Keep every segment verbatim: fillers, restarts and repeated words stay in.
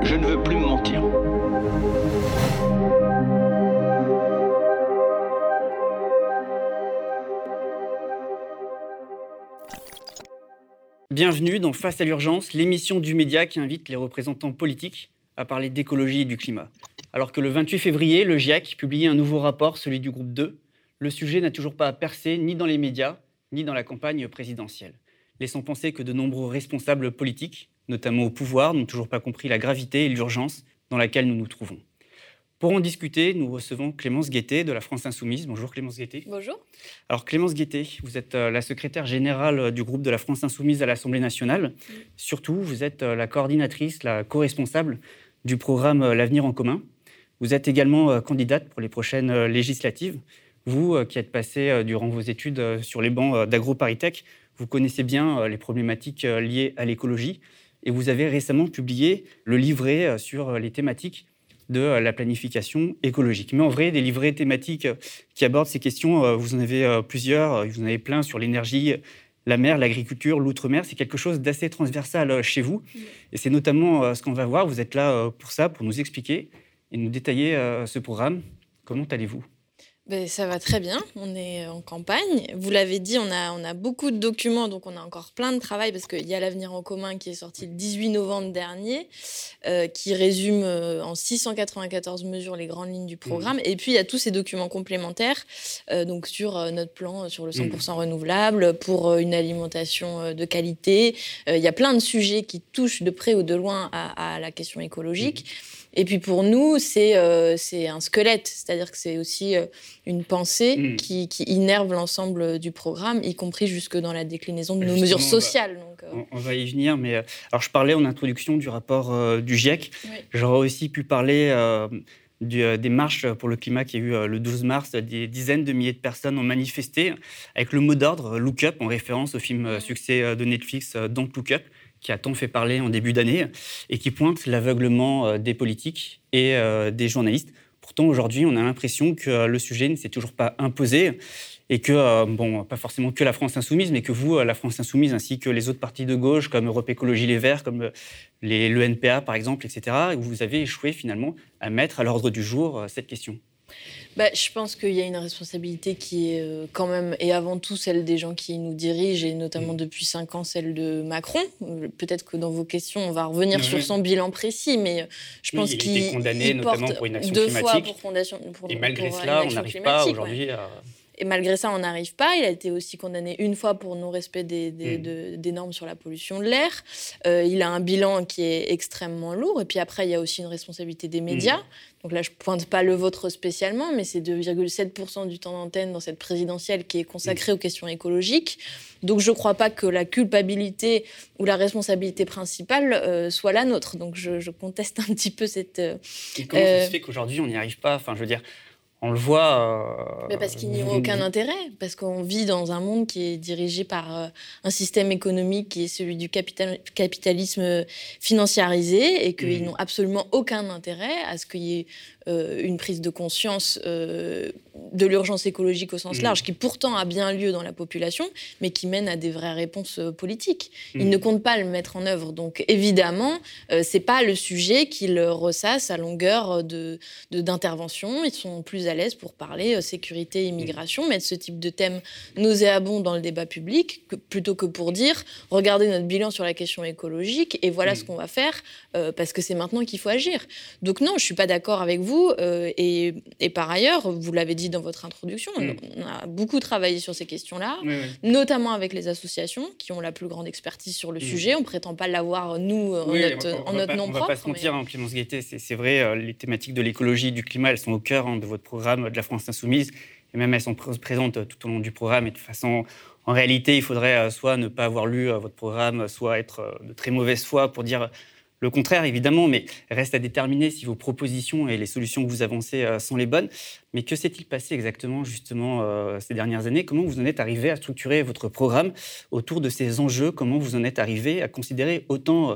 Je ne veux plus me mentir. Bienvenue dans Face à l'urgence, l'émission du média qui invite les représentants politiques à parler d'écologie et du climat. Alors que le vingt-huit février, le GIEC publiait un nouveau rapport, celui du groupe deux, le sujet n'a toujours pas percé ni dans les médias, ni dans la campagne présidentielle, laissant penser que de nombreux responsables politiques, notamment au pouvoir, n'ont toujours pas compris la gravité et l'urgence dans laquelle nous nous trouvons. Pour en discuter, nous recevons Clémence Guettet de la France Insoumise. Bonjour Clémence Guettet. Bonjour. Alors Clémence Guettet, vous êtes la secrétaire générale du groupe de la France Insoumise à l'Assemblée nationale. Mmh. Surtout, vous êtes la coordinatrice, la co-responsable du programme L'Avenir en commun. Vous êtes également candidate pour les prochaines législatives. Vous qui êtes passée durant vos études sur les bancs d'AgroParisTech, vous connaissez bien les problématiques liées à l'écologie et vous avez récemment publié le livret sur les thématiques de la planification écologique. Mais en vrai, des livrets thématiques qui abordent ces questions, vous en avez plusieurs, vous en avez plein sur l'énergie, la mer, l'agriculture, l'outre-mer. C'est quelque chose d'assez transversal chez vous. Et c'est notamment ce qu'on va voir. Vous êtes là pour ça, pour nous expliquer et nous détailler ce programme. Comment allez-vous ? Ben, ça va très bien, on est en campagne. Vous l'avez dit, on a, on a beaucoup de documents, donc on a encore plein de travail parce qu'il y a l'Avenir en commun qui est sorti le dix-huit novembre dernier, euh, qui résume euh, en six cent quatre-vingt-quatorze mesures les grandes lignes du programme. Mmh. Et puis il y a tous ces documents complémentaires, euh, donc sur euh, notre plan sur le cent pour cent mmh. renouvelable, pour euh, une alimentation euh, de qualité. Euh, il y a plein de sujets qui touchent de près ou de loin à, à la question écologique. Mmh. Et puis pour nous, c'est, euh, c'est un squelette, c'est-à-dire que c'est aussi euh, une pensée mmh. qui, qui innerve l'ensemble du programme, y compris jusque dans la déclinaison de nos Justement, mesures sociales. On va, donc, euh... on va y venir, mais euh, alors je parlais en introduction du rapport euh, du GIEC. Oui. J'aurais aussi pu parler euh, du, euh, des marches pour le climat qu'il y a eu euh, le douze mars. Des dizaines de milliers de personnes ont manifesté avec le mot d'ordre Look Up, en référence au film euh, succès de Netflix euh, Don't Look Up, qui a tant fait parler en début d'année et qui pointe l'aveuglement des politiques et des journalistes. Pourtant, aujourd'hui, on a l'impression que le sujet ne s'est toujours pas imposé et que, bon, pas forcément que la France Insoumise, mais que vous, la France Insoumise, ainsi que les autres partis de gauche, comme Europe Écologie Les Verts, comme les, l'E N P A, par exemple, et cetera, vous avez échoué, finalement, à mettre à l'ordre du jour cette question. Bah, je pense qu'il y a une responsabilité qui est euh, quand même, et avant tout celle des gens qui nous dirigent, et notamment depuis cinq ans celle de Macron. Euh, peut-être que dans vos questions, on va revenir mmh. sur son bilan précis, mais je pense oui, il qu'il a été condamné il notamment porte pour une action deux climatique. fois pour fondation, pour, et malgré pour cela, on n'arrive pas aujourd'hui ouais. à... Et malgré ça, on n'arrive pas. Il a été aussi condamné une fois pour non-respect des, des, mmh. de, des normes sur la pollution de l'air. Euh, il a un bilan qui est extrêmement lourd. Et puis après, il y a aussi une responsabilité des médias. Mmh. Donc là, je ne pointe pas le vôtre spécialement, mais c'est deux virgule sept pour cent du temps d'antenne dans cette présidentielle qui est consacré mmh. aux questions écologiques. Donc je ne crois pas que la culpabilité ou la responsabilité principale euh, soit la nôtre. Donc je, je conteste un petit peu cette... Euh, et comment euh, ça se fait qu'aujourd'hui, on n'y arrive pas ? Enfin, je veux dire... On le voit... Euh, Mais parce qu'il n'y a aucun intérêt, parce qu'on vit dans un monde qui est dirigé par euh, un système économique qui est celui du capital, capitalisme financiarisé et qu'ils mmh. n'ont absolument aucun intérêt à ce qu'il y ait euh, une prise de conscience euh, de l'urgence écologique au sens mmh. large, qui pourtant a bien lieu dans la population, mais qui mène à des vraies réponses euh, politiques. Mmh. Ils ne comptent pas le mettre en œuvre. Donc évidemment, euh, ce n'est pas le sujet qu'ils ressassent à longueur de, de, d'intervention. Ils sont plus à l'aise pour parler euh, sécurité et immigration, mettre ce type de thème nauséabond dans le débat public, que, plutôt que pour dire « regardez notre bilan sur la question écologique et voilà mmh. ce qu'on va faire euh, parce que c'est maintenant qu'il faut agir ». Donc non, je ne suis pas d'accord avec vous euh, et, et par ailleurs, vous l'avez dit dans votre introduction, mmh. on a beaucoup travaillé sur ces questions-là, oui, oui. notamment avec les associations qui ont la plus grande expertise sur le mmh. sujet. On ne prétend pas l'avoir, nous, oui, en notre, on, on en notre pas, nom on propre. On ne va pas se mentir, mais... hein, Clémence Guettet, c'est, c'est vrai, euh, les thématiques de l'écologie, du climat, elles sont au cœur hein, de votre programme de la France Insoumise, et même elles sont pr- présentes tout au long du programme, et de toute façon, en réalité, il faudrait euh, soit ne pas avoir lu euh, votre programme, soit être euh, de très mauvaise foi pour dire le contraire, évidemment, mais reste à déterminer si vos propositions et les solutions que vous avancez euh, sont les bonnes. Mais que s'est-il passé exactement, justement, euh, ces dernières années ? Comment vous en êtes arrivé à structurer votre programme autour de ces enjeux ? Comment vous en êtes arrivé à considérer autant euh,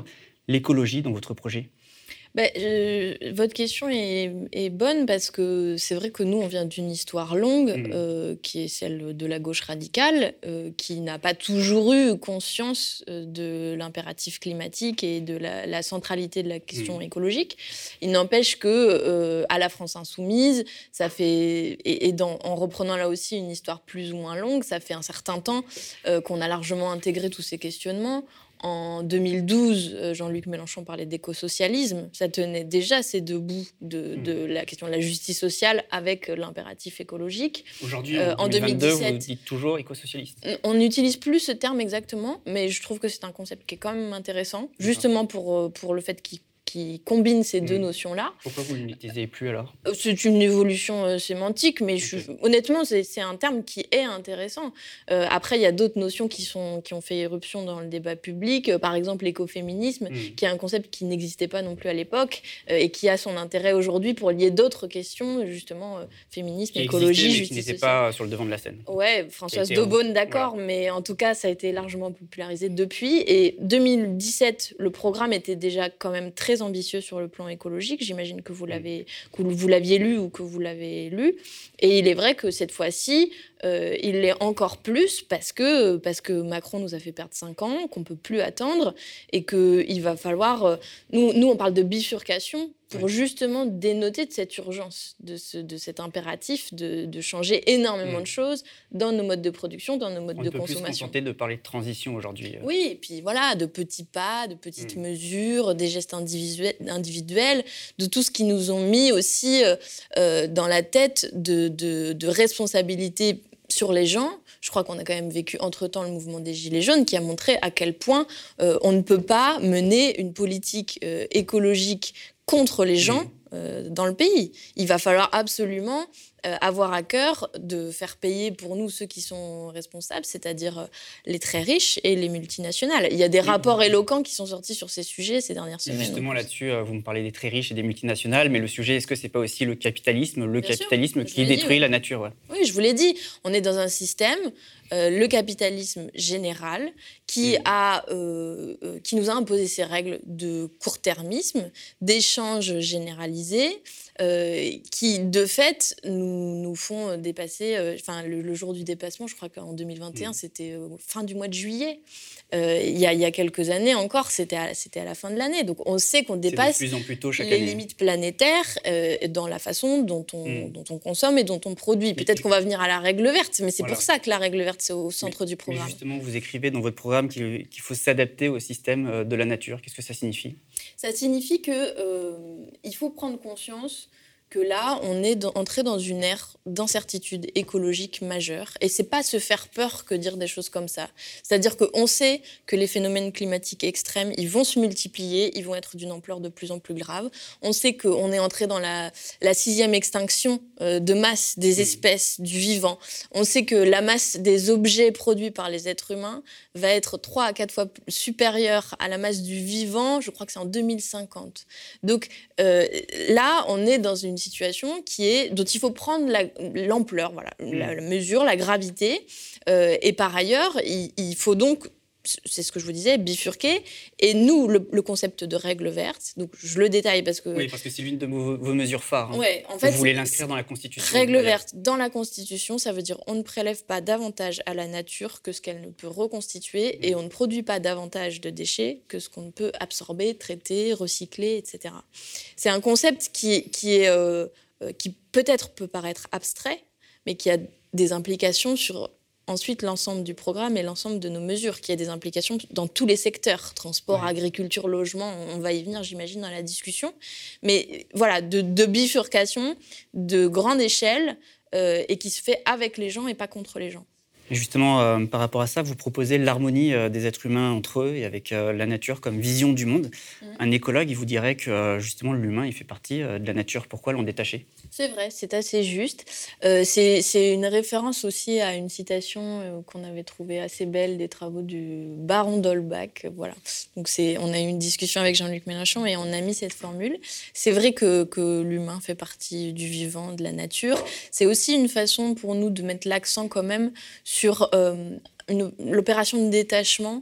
l'écologie dans votre projet ? Ben, euh, votre question est, est bonne parce que c'est vrai que nous, on vient d'une histoire longue mmh. euh, qui est celle de la gauche radicale, euh, qui n'a pas toujours eu conscience euh, de l'impératif climatique et de la, la centralité de la question mmh. écologique. Il n'empêche que euh, à la France insoumise, ça fait et, et dans, en reprenant là aussi une histoire plus ou moins longue, ça fait un certain temps euh, qu'on a largement intégré tous ces questionnements. En deux mille douze, Jean-Luc Mélenchon parlait d'écosocialisme. Ça tenait déjà ces deux bouts de, de la question de la justice sociale avec l'impératif écologique. Aujourd'hui, euh, en deux mille vingt-deux, vous dites toujours écosocialiste. On n'utilise plus ce terme exactement, mais je trouve que c'est un concept qui est quand même intéressant, D'accord. justement pour, pour le fait qu'il qui combine ces mmh. deux notions-là. Pourquoi vous ne l'utilisez plus alors ? C'est une évolution euh, sémantique, mais okay. je, honnêtement, c'est, c'est un terme qui est intéressant. Euh, après, il y a d'autres notions qui, sont, qui ont fait éruption dans le débat public. Euh, par exemple, l'écoféminisme, mmh. qui est un concept qui n'existait pas non plus à l'époque euh, et qui a son intérêt aujourd'hui pour lier d'autres questions, justement, euh, féminisme, qui écologie, existait, justice mais qui n'était sociale. pas sur le devant de la scène. Ouais, Françoise Daubonne, d'accord, voilà. mais en tout cas, ça a été largement popularisé depuis. Et deux mille dix-sept, le programme était déjà quand même très ambitieux sur le plan écologique. J'imagine que vous, l'avez, que vous l'aviez lu ou que vous l'avez lu. Et il est vrai que cette fois-ci, euh, il l'est encore plus parce que, parce que Macron nous a fait perdre cinq ans, qu'on ne peut plus attendre et qu'il va falloir... Euh, nous, nous, on parle de bifurcation pour ouais. justement dénoter de cette urgence, de, ce, de cet impératif de, de changer énormément mmh. de choses dans nos modes de production, dans nos modes on de peut consommation. On peut plus se contenter de parler de transition aujourd'hui. Oui, et puis voilà, de petits pas, de petites mmh. mesures, des gestes individuels, individuels, de tout ce qui nous ont mis aussi euh, dans la tête de, de, de responsabilités sur les gens. Je crois qu'on a quand même vécu entre-temps le mouvement des Gilets jaunes qui a montré à quel point euh, on ne peut pas mener une politique euh, écologique contre les gens euh, dans le pays. Il va falloir absolument euh, avoir à cœur de faire payer pour nous ceux qui sont responsables, c'est-à-dire euh, les très riches et les multinationales. Il y a des rapports éloquents qui sont sortis sur ces sujets ces dernières semaines. Justement, là-dessus, vous me parlez des très riches et des multinationales, mais le sujet, est-ce que c'est pas aussi le capitalisme, le Bien capitalisme sûr, qui détruit dit, ouais. la nature ouais. Oui, je vous l'ai dit, on est dans un système, euh, le capitalisme général, qui, mmh. a, euh, euh, qui nous a imposé ces règles de court-termisme, d'échange généralisé, euh, qui, de fait, nous, nous font dépasser... Enfin, euh, le, le jour du dépassement, je crois qu'en deux mille vingt et un, mmh. c'était euh, fin du mois de juillet. Euh, il, y a, il y a quelques années encore, c'était à, c'était à la fin de l'année. Donc, on sait qu'on dépasse plus en plus tôt chaque les année. limites planétaires euh, dans la façon dont on, mmh. dont on consomme et dont on produit. Mais Peut-être qu'on va venir à la règle verte, mais c'est voilà. pour ça que la règle verte, c'est au centre mais, du programme. Mais justement, vous écrivez dans votre programme qu'il, qu'il faut s'adapter au système de la nature. Qu'est-ce que ça signifie ? Ça signifie qu'il euh, faut prendre conscience que là, on est dans, entré dans une ère d'incertitude écologique majeure. Et c'est pas se faire peur que dire des choses comme ça. C'est-à-dire qu'on sait que les phénomènes climatiques extrêmes, ils vont se multiplier, ils vont être d'une ampleur de plus en plus grave. On sait qu'on est entré dans la, la sixième extinction euh, de masse des espèces, du vivant. On sait que la masse des objets produits par les êtres humains va être trois à quatre fois supérieure à la masse du vivant. Je crois que c'est en deux mille cinquante. Donc euh, là, on est dans une situation qui est, dont il faut prendre la, l'ampleur, voilà, mmh. la, la mesure, la gravité. Euh, et par ailleurs, il, il faut donc, c'est ce que je vous disais, bifurquer. Et nous, le, le concept de règle verte, donc je le détaille parce que... Oui, parce que c'est l'une de vos, vos mesures phares. Hein. Ouais, en fait, vous voulez l'inscrire dans la Constitution. Règle verte dans la Constitution, ça veut dire on ne prélève pas davantage à la nature que ce qu'elle ne peut reconstituer mmh. et on ne produit pas davantage de déchets que ce qu'on ne peut absorber, traiter, recycler, et cetera. C'est un concept qui, qui, est, euh, qui peut-être peut paraître abstrait, mais qui a des implications sur... Ensuite, l'ensemble du programme et l'ensemble de nos mesures, qui a des implications dans tous les secteurs, transport, ouais. agriculture, logement, on va y venir, j'imagine, dans la discussion. Mais voilà, de, de bifurcation, de grande échelle, euh, et qui se fait avec les gens et pas contre les gens. Et justement, euh, par rapport à ça, vous proposez l'harmonie euh, des êtres humains entre eux et avec euh, la nature comme vision du monde. Mmh. Un écologue, il vous dirait que euh, justement l'humain, il fait partie euh, de la nature. Pourquoi l'en détacher ? C'est vrai, c'est assez juste. Euh, c'est, c'est une référence aussi à une citation euh, qu'on avait trouvée assez belle des travaux du baron d'Holbach. Voilà. Donc c'est, on a eu une discussion avec Jean-Luc Mélenchon et on a mis cette formule. C'est vrai que, que l'humain fait partie du vivant, de la nature. C'est aussi une façon pour nous de mettre l'accent quand même sur euh, une, l'opération de détachement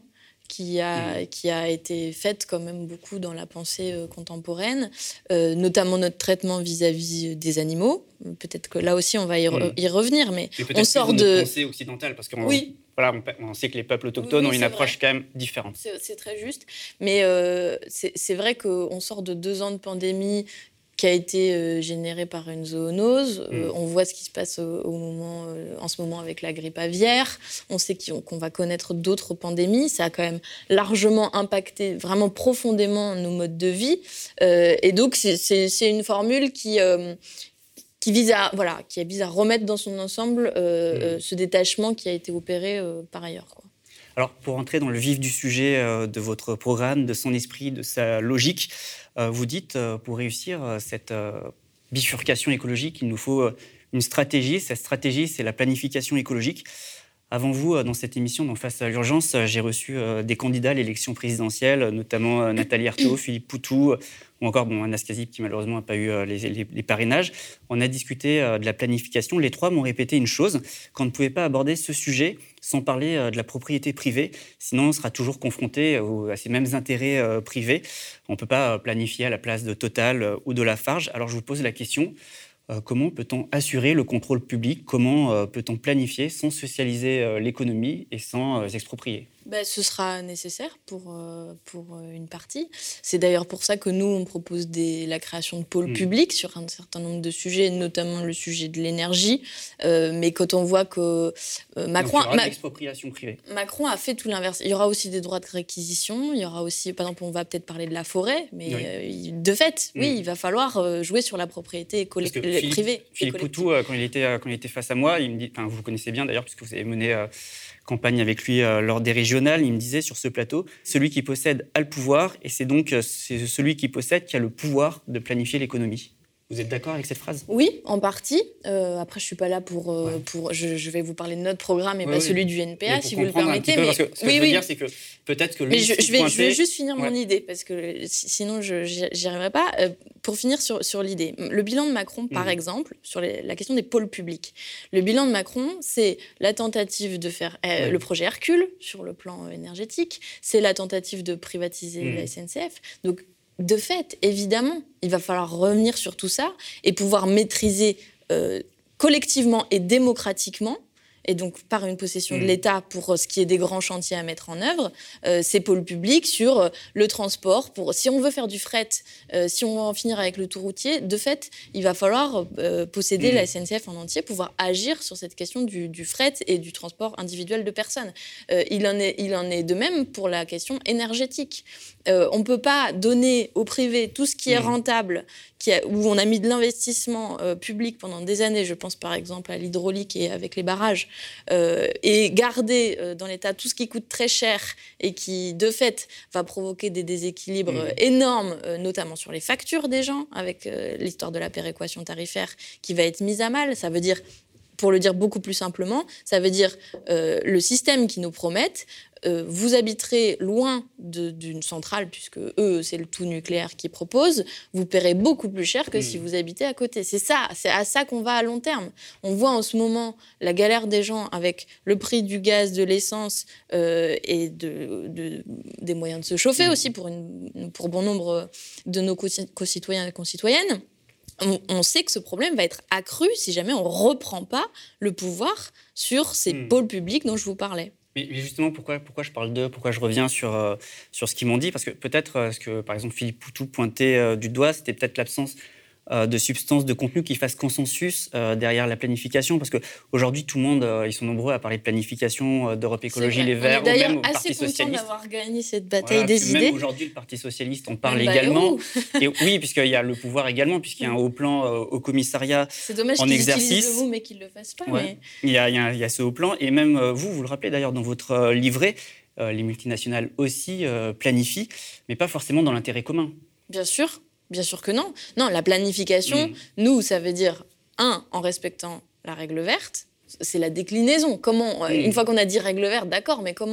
qui a, mmh. qui a été faite quand même beaucoup dans la pensée euh, contemporaine, euh, notamment notre traitement vis-à-vis des animaux. Peut-être que là aussi, on va y, re- mmh. y revenir, mais, mais on sort de... de... pensée occidentale, parce qu'on oui. voilà, on, on sait que les peuples autochtones oui, oui, ont une approche vrai. quand même différente. C'est, c'est très juste, mais euh, c'est, c'est vrai qu'on sort de deux ans de pandémie qui a été euh, générée par une zoonose. Euh, mmh. On voit ce qui se passe au, au moment, euh, en ce moment avec la grippe aviaire. On sait qu'on, qu'on va connaître d'autres pandémies. Ça a quand même largement impacté vraiment profondément nos modes de vie. Euh, et donc, c'est, c'est, c'est une formule qui... Euh, qui vise à, voilà, qui vise à remettre dans son ensemble euh, mmh. euh, ce détachement qui a été opéré euh, par ailleurs, quoi. Alors, pour entrer dans le vif du sujet euh, de votre programme, de son esprit, de sa logique, euh, vous dites, euh, pour réussir euh, cette euh, bifurcation écologique, il nous faut euh, une stratégie. Cette stratégie, c'est la planification écologique. Avant vous, euh, dans cette émission, dans Face à l'urgence, euh, j'ai reçu euh, des candidats à l'élection présidentielle, notamment euh, Nathalie Arthaud, Philippe Poutou, euh, ou encore bon, Anas Kazib, qui malheureusement n'a pas eu euh, les, les, les parrainages. On a discuté euh, de la planification. Les trois m'ont répété une chose, qu'on ne pouvait pas aborder ce sujet sans parler euh, de la propriété privée. Sinon, on sera toujours confronté euh, à ces mêmes intérêts euh, privés. On ne peut pas euh, planifier à la place de Total euh, ou de Lafarge. Alors, je vous pose la question. Euh, comment peut-on assurer le contrôle public ? Comment euh, peut-on planifier sans socialiser euh, l'économie et sans euh, exproprier ? Ben, ce sera nécessaire pour, euh, pour une partie. C'est d'ailleurs pour ça que nous, on propose des, la création de pôles mmh. publics sur un certain nombre de sujets, notamment le sujet de l'énergie. Euh, mais quand on voit que euh, Macron... Donc, il y aura Ma- l'expropriation privée. Macron a fait tout l'inverse. Il y aura aussi des droits de réquisition. Il y aura aussi, par exemple, on va peut-être parler de la forêt, mais oui. euh, de fait, mmh. oui, il va falloir euh, jouer sur la propriété école- Philippe, privée. Philippe Poutou, euh, quand, il était, euh, quand il était face à moi, il me dit, enfin, vous le connaissez bien d'ailleurs, puisque vous avez mené... Euh, campagne avec lui euh, lors des régionales, il me disait sur ce plateau, celui qui possède a le pouvoir et c'est donc euh, c'est celui qui possède qui a le pouvoir de planifier l'économie. Vous êtes d'accord avec cette phrase ? Oui, en partie. Euh, après, je suis pas là pour... Euh, ouais. pour je, je vais vous parler de notre programme et oui, pas oui. celui du N P A, si vous le permettez. Peu, mais... Parce que ce que oui, je veux oui. dire, c'est que peut-être que... Mais je, je, vais, pointer... je vais juste finir ouais. mon idée, parce que sinon, je n'y arriverai pas. Euh, pour finir sur, sur l'idée, le bilan de Macron, par mmh. exemple, sur les, la question des pôles publics. Le bilan de Macron, c'est la tentative de faire euh, mmh. le projet Hercule, sur le plan énergétique. C'est la tentative de privatiser mmh. la S N C F. Donc, de fait, évidemment, il va falloir revenir sur tout ça et pouvoir maîtriser euh, collectivement et démocratiquement, et donc par une possession mmh. de l'État pour ce qui est des grands chantiers à mettre en œuvre, euh, ces pôles publics sur euh, le transport. Pour, si on veut faire du fret, euh, si on veut en finir avec le tout routier, de fait, il va falloir euh, posséder mmh. la S N C F en entier, pouvoir agir sur cette question du, du fret et du transport individuel de personnes. Euh, il, en est, il en est de même pour la question énergétique. Euh, on ne peut pas donner au privé tout ce qui est rentable, qui a, où on a mis de l'investissement euh, public pendant des années, je pense par exemple à l'hydraulique et avec les barrages, euh, et garder euh, dans l'État tout ce qui coûte très cher et qui, de fait, va provoquer des déséquilibres mmh. énormes, euh, notamment sur les factures des gens, avec euh, l'histoire de la péréquation tarifaire qui va être mise à mal. Ça veut dire, pour le dire beaucoup plus simplement, ça veut dire euh, le système qui nous promettent, euh, vous habiterez loin de, d'une centrale, puisque eux, c'est le tout nucléaire qu'ils proposent, vous paierez beaucoup plus cher que mmh. si vous habitez à côté. C'est ça, c'est à ça qu'on va à long terme. On voit en ce moment la galère des gens avec le prix du gaz, de l'essence euh, et de, de, des moyens de se chauffer mmh. aussi pour, une, pour bon nombre de nos concitoyens et concitoyennes. On, on sait que ce problème va être accru si jamais on ne reprend pas le pouvoir sur ces mmh. pôles publics dont je vous parlais. Mais justement, pourquoi, pourquoi je parle d'eux ? Pourquoi je reviens sur, euh, sur ce qu'ils m'ont dit ? Parce que peut-être euh, ce que, par exemple, Philippe Poutou pointait euh, du doigt, c'était peut-être l'absence euh, de substance, de contenu qui fasse consensus euh, derrière la planification. Parce qu'aujourd'hui, tout le monde, euh, ils sont nombreux à parler de planification, euh, d'Europe Écologie Les Verts, ou même au Parti Socialiste. On est d'ailleurs assez content d'avoir gagné cette bataille voilà, des idées. Même aujourd'hui, le Parti Socialiste en parle bah également. Et oui, puisqu'il y a le pouvoir également, puisqu'il y a un haut plan euh, au commissariat C'est dommage en qu'ils exercice. utilisent le mot, mais qu'ils ne le fassent pas. Ouais. Mais... Il, y a, il, y a, il y a ce haut plan. Et même euh, vous, vous le rappelez d'ailleurs dans votre euh, livret, euh, les multinationales aussi euh, planifient, mais pas forcément dans l'intérêt commun. Bien sûr. Bien sûr que non. Non, la planification, mmh. nous, ça veut dire, un, en respectant la règle verte, c'est la déclinaison. Comment, mmh. Une fois qu'on a dit règle verte, d'accord, mais comment on fait ?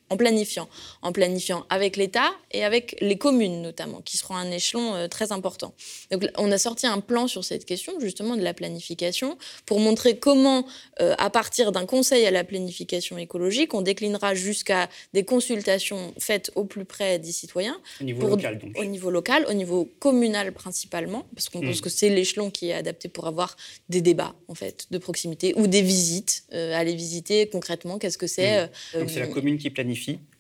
en planifiant. En planifiant avec l'État et avec les communes, notamment, qui seront un échelon euh, très important. Donc, on a sorti un plan sur cette question, justement, de la planification, pour montrer comment, euh, à partir d'un conseil à la planification écologique, on déclinera jusqu'à des consultations faites au plus près des citoyens. Au niveau pour, local, donc. Au niveau local, au niveau communal principalement, parce qu'on mmh. pense que c'est l'échelon qui est adapté pour avoir des débats, en fait, de proximité, ou des visites, euh, aller visiter concrètement qu'est-ce que c'est. Mmh. Euh, donc, c'est la commune qui planifie.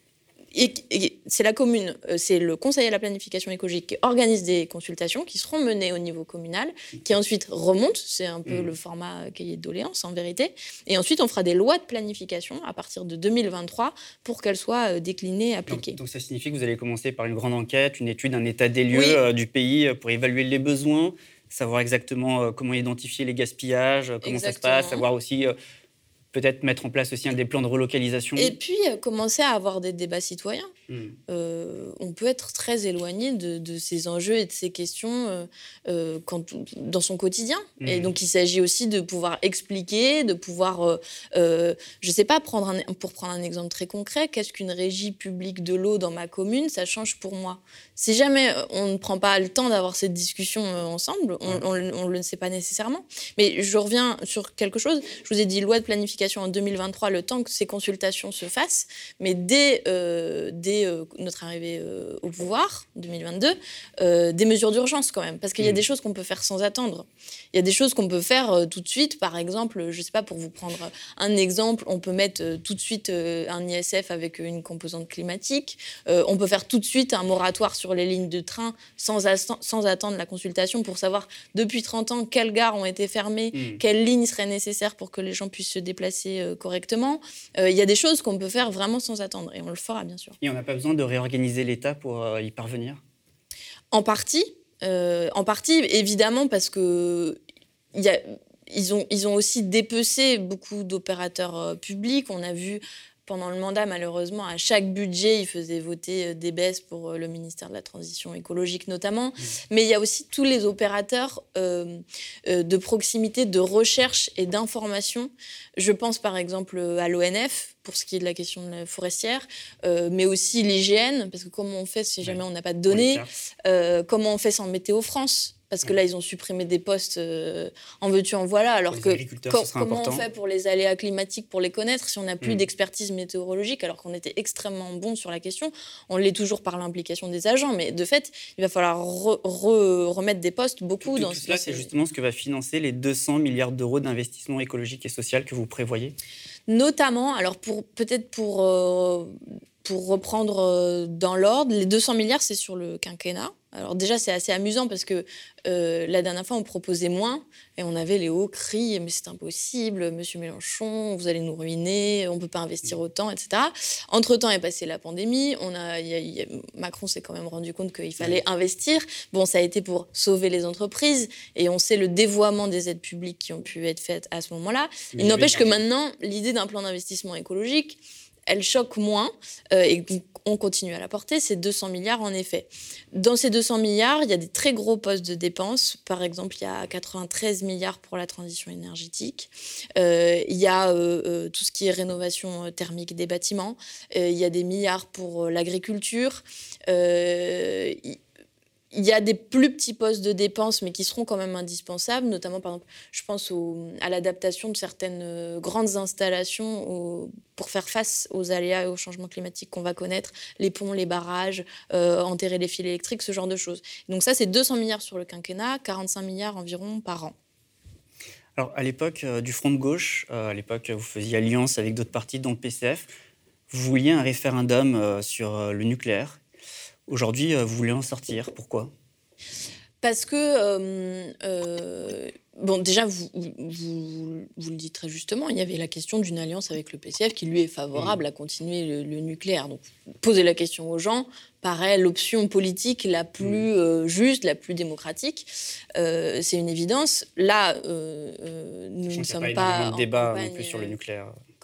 Et, et c'est la commune, euh, c'est le conseil à la planification écologique qui organise des consultations qui seront menées au niveau communal, qui ensuite remontent, c'est un peu mmh. le format cahier de doléances en vérité, et ensuite on fera des lois de planification à partir de deux mille vingt-trois pour qu'elles soient euh, déclinées, appliquées. Donc, donc ça signifie que vous allez commencer par une grande enquête, une étude, un état des lieux oui. euh, du pays pour évaluer les besoins, savoir exactement euh, comment identifier les gaspillages, euh, comment Exactement. ça se passe, savoir aussi... Euh, peut-être mettre en place aussi hein, des plans de relocalisation. Et puis, euh, commencer à avoir des débats citoyens. Mmh. Euh, on peut être très éloigné de, de ces enjeux et de ces questions euh, euh, quand, dans son quotidien. Mmh. Et donc, il s'agit aussi de pouvoir expliquer, de pouvoir, euh, euh, je ne sais pas, prendre un, pour prendre un exemple très concret, qu'est-ce qu'une régie publique de l'eau dans ma commune, ça change pour moi. Si jamais on ne prend pas le temps d'avoir cette discussion euh, ensemble, on ne le sait pas nécessairement. Mais je reviens sur quelque chose. Je vous ai dit loi de planification en deux mille vingt-trois, le temps que ces consultations se fassent, mais dès, euh, dès euh, notre arrivée euh, au pouvoir, deux mille vingt-deux, euh, des mesures d'urgence quand même, parce qu'il y a des choses qu'on peut faire sans attendre. Il y a des choses qu'on peut faire euh, tout de suite, par exemple, je ne sais pas, pour vous prendre un exemple, on peut mettre euh, tout de suite euh, un I S F avec une composante climatique, euh, on peut faire tout de suite un moratoire sur les lignes de train sans, a- sans attendre la consultation pour savoir depuis trente ans quelles gares ont été fermées, mmh. quelles lignes seraient nécessaires pour que les gens puissent se déplacer correctement. Il euh, y a des choses qu'on peut faire vraiment sans attendre, et on le fera, bien sûr. Et on n'a pas besoin de réorganiser l'État pour euh, y parvenir ? En partie, euh, en partie, évidemment, parce que y a, ils, ont, ils ont aussi dépecé beaucoup d'opérateurs euh, publics. On a vu pendant le mandat, malheureusement, à chaque budget, ils faisaient voter des baisses pour le ministère de la Transition écologique notamment. Mmh. Mais il y a aussi tous les opérateurs euh, euh, de proximité, de recherche et d'information. Je pense par exemple à l'O N F, pour ce qui est de la question forestière, euh, mais aussi l'I G N, parce que comment on fait si jamais ouais. on n'a pas de données, euh, comment on fait sans Météo France ? Parce que là, ils ont supprimé des postes euh, en veux-tu, en voilà. Alors que co- comment important. on fait pour les aléas climatiques, pour les connaître, si on n'a plus mmh. d'expertise météorologique, alors qu'on était extrêmement bon sur la question. On l'est toujours par l'implication des agents, mais de fait, il va falloir re- re- remettre des postes beaucoup. Tout, dans tout cela, c'est justement ce que va financer les deux cents milliards d'euros d'investissement écologique et social que vous prévoyez. Notamment, alors pour, peut-être pour... Euh, Pour reprendre dans l'ordre, les deux cents milliards, c'est sur le quinquennat. Alors déjà, c'est assez amusant parce que euh, la dernière fois, on proposait moins et on avait les hauts cris « mais c'est impossible, monsieur Mélenchon, vous allez nous ruiner, on ne peut pas investir autant, et cetera » Entre-temps est passée la pandémie, on a, y a, y a, Macron s'est quand même rendu compte qu'il fallait oui. investir. Bon, ça a été pour sauver les entreprises et on sait le dévoiement des aides publiques qui ont pu être faites à ce moment-là. Mais Il n'empêche que maintenant, l'idée d'un plan d'investissement écologique, elle choque moins euh, et on continue à la porter, c'est deux cents milliards en effet. Dans ces deux cents milliards, il y a des très gros postes de dépenses. Par exemple, il y a quatre-vingt-treize milliards pour la transition énergétique. Euh, il y a euh, euh, tout ce qui est rénovation thermique des bâtiments. Euh, il y a des milliards pour euh, l'agriculture. Euh, Il y a des plus petits postes de dépenses, mais qui seront quand même indispensables, notamment, par exemple, je pense au, à l'adaptation de certaines euh, grandes installations au, pour faire face aux aléas et aux changements climatiques qu'on va connaître, les ponts, les barrages, euh, enterrer les fils électriques, ce genre de choses. Donc ça, c'est deux cents milliards sur le quinquennat, quarante-cinq milliards environ par an. Alors, à l'époque euh, du Front de gauche, euh, à l'époque, vous faisiez alliance avec d'autres partis, dont le P C F, vous vouliez un référendum euh, sur euh, le nucléaire. Aujourd'hui, euh, vous voulez en sortir. Pourquoi ? Parce que, euh, euh, bon, déjà, vous, vous, vous le dites très justement, il y avait la question d'une alliance avec le P C F qui, lui, est favorable mmh. à continuer le, le nucléaire. Donc, poser la question aux gens paraît l'option politique la plus euh, juste, la plus démocratique. Euh, c'est une évidence. Là, euh, euh, nous ne sommes pas... Il n'y a pas énormément de débat non plus sur le nucléaire.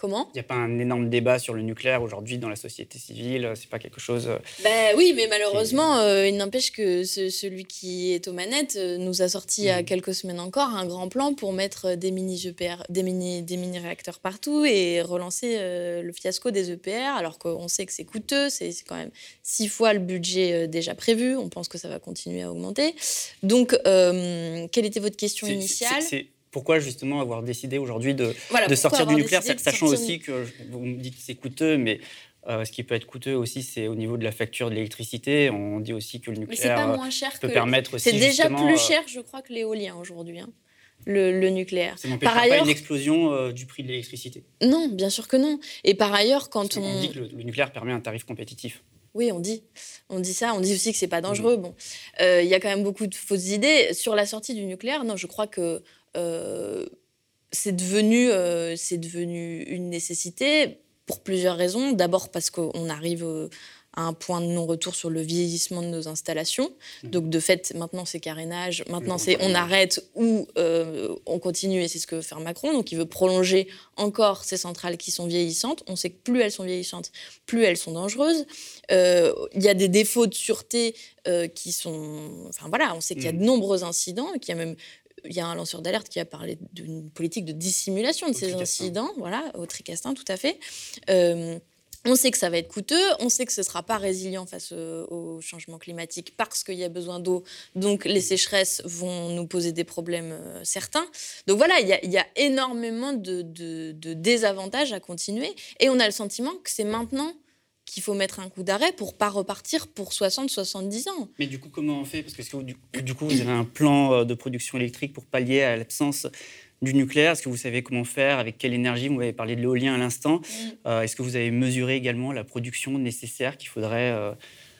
Comment ? Il n'y a pas un énorme débat sur le nucléaire aujourd'hui dans la société civile, c'est pas quelque chose... Euh, ben oui, mais malheureusement, qui... euh, il n'empêche que ce, celui qui est aux manettes euh, nous a sorti mmh. il y a quelques semaines encore un grand plan pour mettre des mini-E P R, des mini, des mini-réacteurs partout et relancer euh, le fiasco des E P R, alors qu'on sait que c'est coûteux, c'est, c'est quand même six fois le budget euh, déjà prévu, on pense que ça va continuer à augmenter. Donc, euh, quelle était votre question c'est, initiale ? c'est, c'est... Pourquoi justement avoir décidé aujourd'hui de, voilà, de sortir du nucléaire, sachant sortir... aussi que vous me dites que c'est coûteux, mais euh, ce qui peut être coûteux aussi, c'est au niveau de la facture de l'électricité. On dit aussi que le nucléaire mais c'est pas moins cher peut que... permettre aussi c'est déjà justement, plus cher, je crois, que l'éolien aujourd'hui, hein, le, le nucléaire. Ça n'empêche pas ailleurs... une explosion euh, du prix de l'électricité. Non, bien sûr que non. Et par ailleurs, quand on... on dit que le, le nucléaire permet un tarif compétitif. Oui, on dit. On dit ça. On dit aussi que c'est pas dangereux. Mmh. Bon, il euh, y a quand même beaucoup de fausses idées sur la sortie du nucléaire. Non, je crois que euh, c'est devenu, euh, c'est devenu une nécessité pour plusieurs raisons. D'abord parce qu'on arrive euh, à un point de non-retour sur le vieillissement de nos installations. Mmh. Donc, de fait, maintenant, c'est carénage. Maintenant, c'est on arrête ou euh, on continue. Et c'est ce que veut faire Macron. Donc, il veut prolonger encore ces centrales qui sont vieillissantes. On sait que plus elles sont vieillissantes, plus elles sont dangereuses. Il euh, y a des défauts de sûreté euh, qui sont... Enfin, voilà, on sait qu'il y a de nombreux incidents, qu'il y a même... Il y a un lanceur d'alerte qui a parlé d'une politique de dissimulation de au ces Tricastin. Incidents, voilà, au Tricastin, tout à fait. Euh, on sait que ça va être coûteux, on sait que ce ne sera pas résilient face au, au changement climatique parce qu'il y a besoin d'eau, donc les sécheresses vont nous poser des problèmes euh, certains. Donc voilà, il y a, il y a énormément de, de, de désavantages à continuer et on a le sentiment que c'est maintenant qu'il faut mettre un coup d'arrêt pour ne pas repartir pour soixante à soixante-dix ans. Mais du coup, comment on fait ? Parce que, que du, du coup, vous avez un plan de production électrique pour pallier à l'absence du nucléaire. Est-ce que vous savez comment faire ? Avec quelle énergie ? Vous m'avez parlé de l'éolien à l'instant. Mm. Euh, est-ce que vous avez mesuré également la production nécessaire qu'il faudrait euh,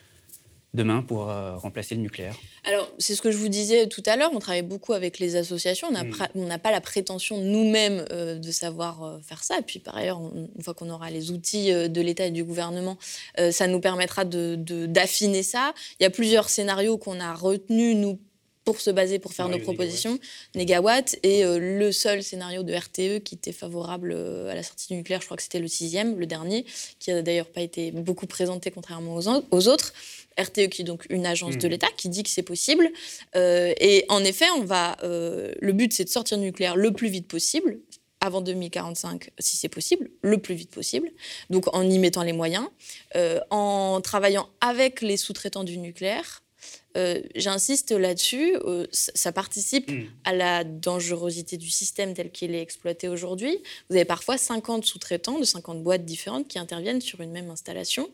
demain pour euh, remplacer le nucléaire ? Alors, c'est ce que je vous disais tout à l'heure. On travaille beaucoup avec les associations. On n'a mmh. pas la prétention nous-mêmes euh, de savoir euh, faire ça. Et puis, par ailleurs, on, une fois qu'on aura les outils euh, de l'État et du gouvernement, euh, ça nous permettra de, de, d'affiner ça. Il y a plusieurs scénarios qu'on a retenus, nous, pour se baser, pour faire ouais, nos propositions, négawatts, et euh, le seul scénario de R T E qui était favorable euh, à la sortie du nucléaire, je crois que c'était le sixième, le dernier, qui n'a d'ailleurs pas été beaucoup présenté contrairement aux, en- aux autres. R T E qui est donc une agence mmh. de l'État qui dit que c'est possible. Euh, et en effet, on va, euh, le but, c'est de sortir du nucléaire le plus vite possible, avant deux mille quarante-cinq, si c'est possible, le plus vite possible, donc en y mettant les moyens, euh, en travaillant avec les sous-traitants du nucléaire. Euh, j'insiste là-dessus, euh, ça participe mmh. à la dangerosité du système tel qu'il est exploité aujourd'hui. Vous avez parfois cinquante sous-traitants de cinquante boîtes différentes qui interviennent sur une même installation.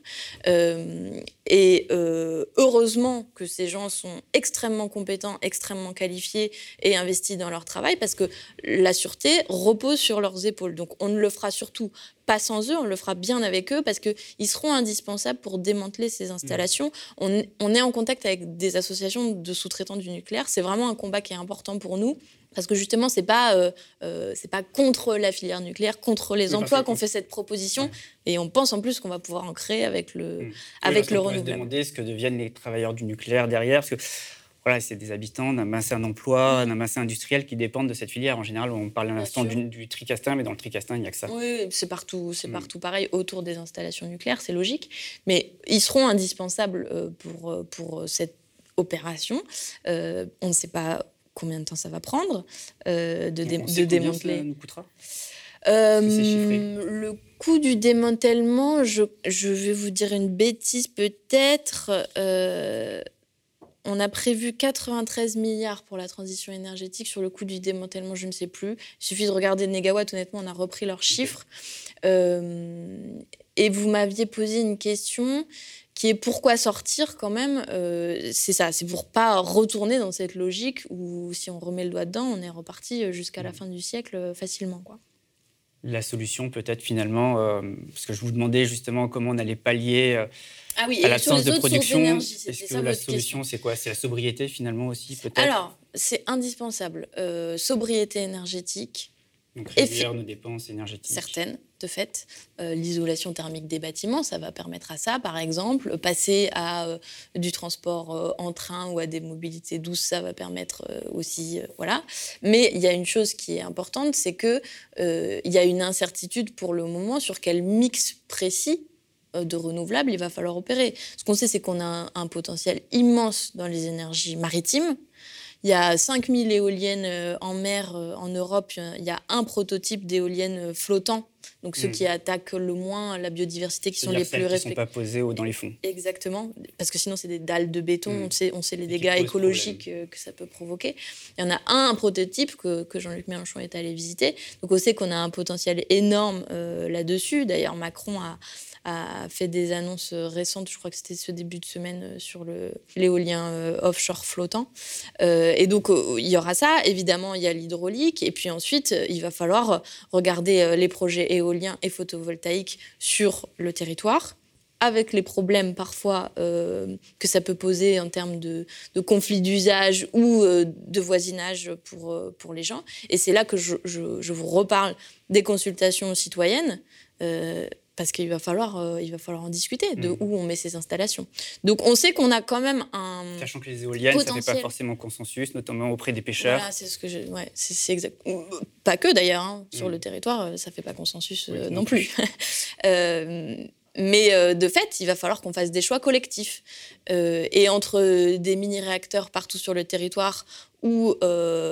Euh, et euh, heureusement que ces gens sont extrêmement compétents, extrêmement qualifiés et investis dans leur travail parce que la sûreté repose sur leurs épaules. Donc on ne le fera surtout pas sans eux, on le fera bien avec eux parce qu'ils seront indispensables pour démanteler ces installations. Mmh. On, on est en contact avec des associations de sous-traitants du nucléaire. C'est vraiment un combat qui est important pour nous parce que justement, c'est pas, euh, euh, c'est pas contre la filière nucléaire, contre les oui, emplois qu'on fait cette proposition. Ouais. Et on pense en plus qu'on va pouvoir en créer avec le, mmh. avec oui, le renouvelable. On peut se demander ce que deviennent les travailleurs du nucléaire derrière parce que voilà, c'est des habitants d'un bassin d'emploi, d'un bassin industriel qui dépendent de cette filière. En général, on parle à l'instant du, du Tricastin, mais dans le Tricastin, il n'y a que ça. Oui, c'est partout, c'est mmh. partout pareil, autour des installations nucléaires, c'est logique. Mais ils seront indispensables pour, pour cette opération. Euh, on ne sait pas combien de temps ça va prendre euh, de, dé- on de démanteler. Ça nous coûtera euh, Le coût du démantèlement, je, je vais vous dire une bêtise peut-être... Euh, On a prévu quatre-vingt-treize milliards pour la transition énergétique. Sur le coût du démantèlement, je ne sais plus. Il suffit de regarder Négawatt. Honnêtement, on a repris leurs chiffres. Euh, et vous m'aviez posé une question qui est pourquoi sortir quand même. Euh, c'est ça, c'est pour pas retourner dans cette logique où si on remet le doigt dedans, on est reparti jusqu'à la fin du siècle facilement, quoi. La solution peut-être finalement, euh, parce que je vous demandais justement comment on allait pallier euh, ah oui, à l'absence de production. Est-ce que ça, la solution, question. C'est quoi ? C'est la sobriété finalement aussi peut-être ? Alors, c'est indispensable. Euh, sobriété énergétique. Donc réduire Effi- nos dépenses énergétiques. Certaines. de fait. Euh, l'isolation thermique des bâtiments, ça va permettre à ça, par exemple. Passer à euh, du transport euh, en train ou à des mobilités douces, ça va permettre euh, aussi, euh, voilà. Mais il y a une chose qui est importante, c'est qu'il euh, y a une incertitude pour le moment sur quel mix précis euh, de renouvelables il va falloir opérer. Ce qu'on sait, c'est qu'on a un, un potentiel immense dans les énergies maritimes. Il y a cinq mille éoliennes en mer en Europe. Il y a un prototype d'éoliennes flottant, donc ceux mmh. qui attaquent le moins la biodiversité, qui sont les plus respectés. Qui ne sont pas posés dans les fonds. Exactement, parce que sinon c'est des dalles de béton, mmh. on, sait, on sait les dégâts écologiques problème. que ça peut provoquer. Il y en a un, un prototype que, que Jean-Luc Mélenchon est allé visiter, donc on sait qu'on a un potentiel énorme euh, là-dessus. D'ailleurs, Macron a... a fait des annonces récentes, je crois que c'était ce début de semaine, sur le, l'éolien euh, offshore flottant. Euh, et donc, euh, il y aura ça. Évidemment, il y a l'hydraulique. Et puis ensuite, il va falloir regarder les projets éoliens et photovoltaïques sur le territoire, avec les problèmes parfois euh, que ça peut poser en termes de, de conflits d'usage ou euh, de voisinage pour, euh, pour les gens. Et c'est là que je, je, je vous reparle des consultations citoyennes, euh, parce qu'il va falloir, euh, il va falloir en discuter de mmh. où on met ces installations. Donc on sait qu'on a quand même un Sachant que les éoliennes, potentiel. Ça ne fait pas forcément consensus, notamment auprès des pêcheurs. Voilà, c'est ce que je... Ouais, c'est, c'est exact. Pas que d'ailleurs, hein. Sur mmh. le territoire, ça ne fait pas consensus euh, oui, non plus. euh, mais euh, de fait, il va falloir qu'on fasse des choix collectifs. Euh, et entre des mini-réacteurs partout sur le territoire ou... Euh,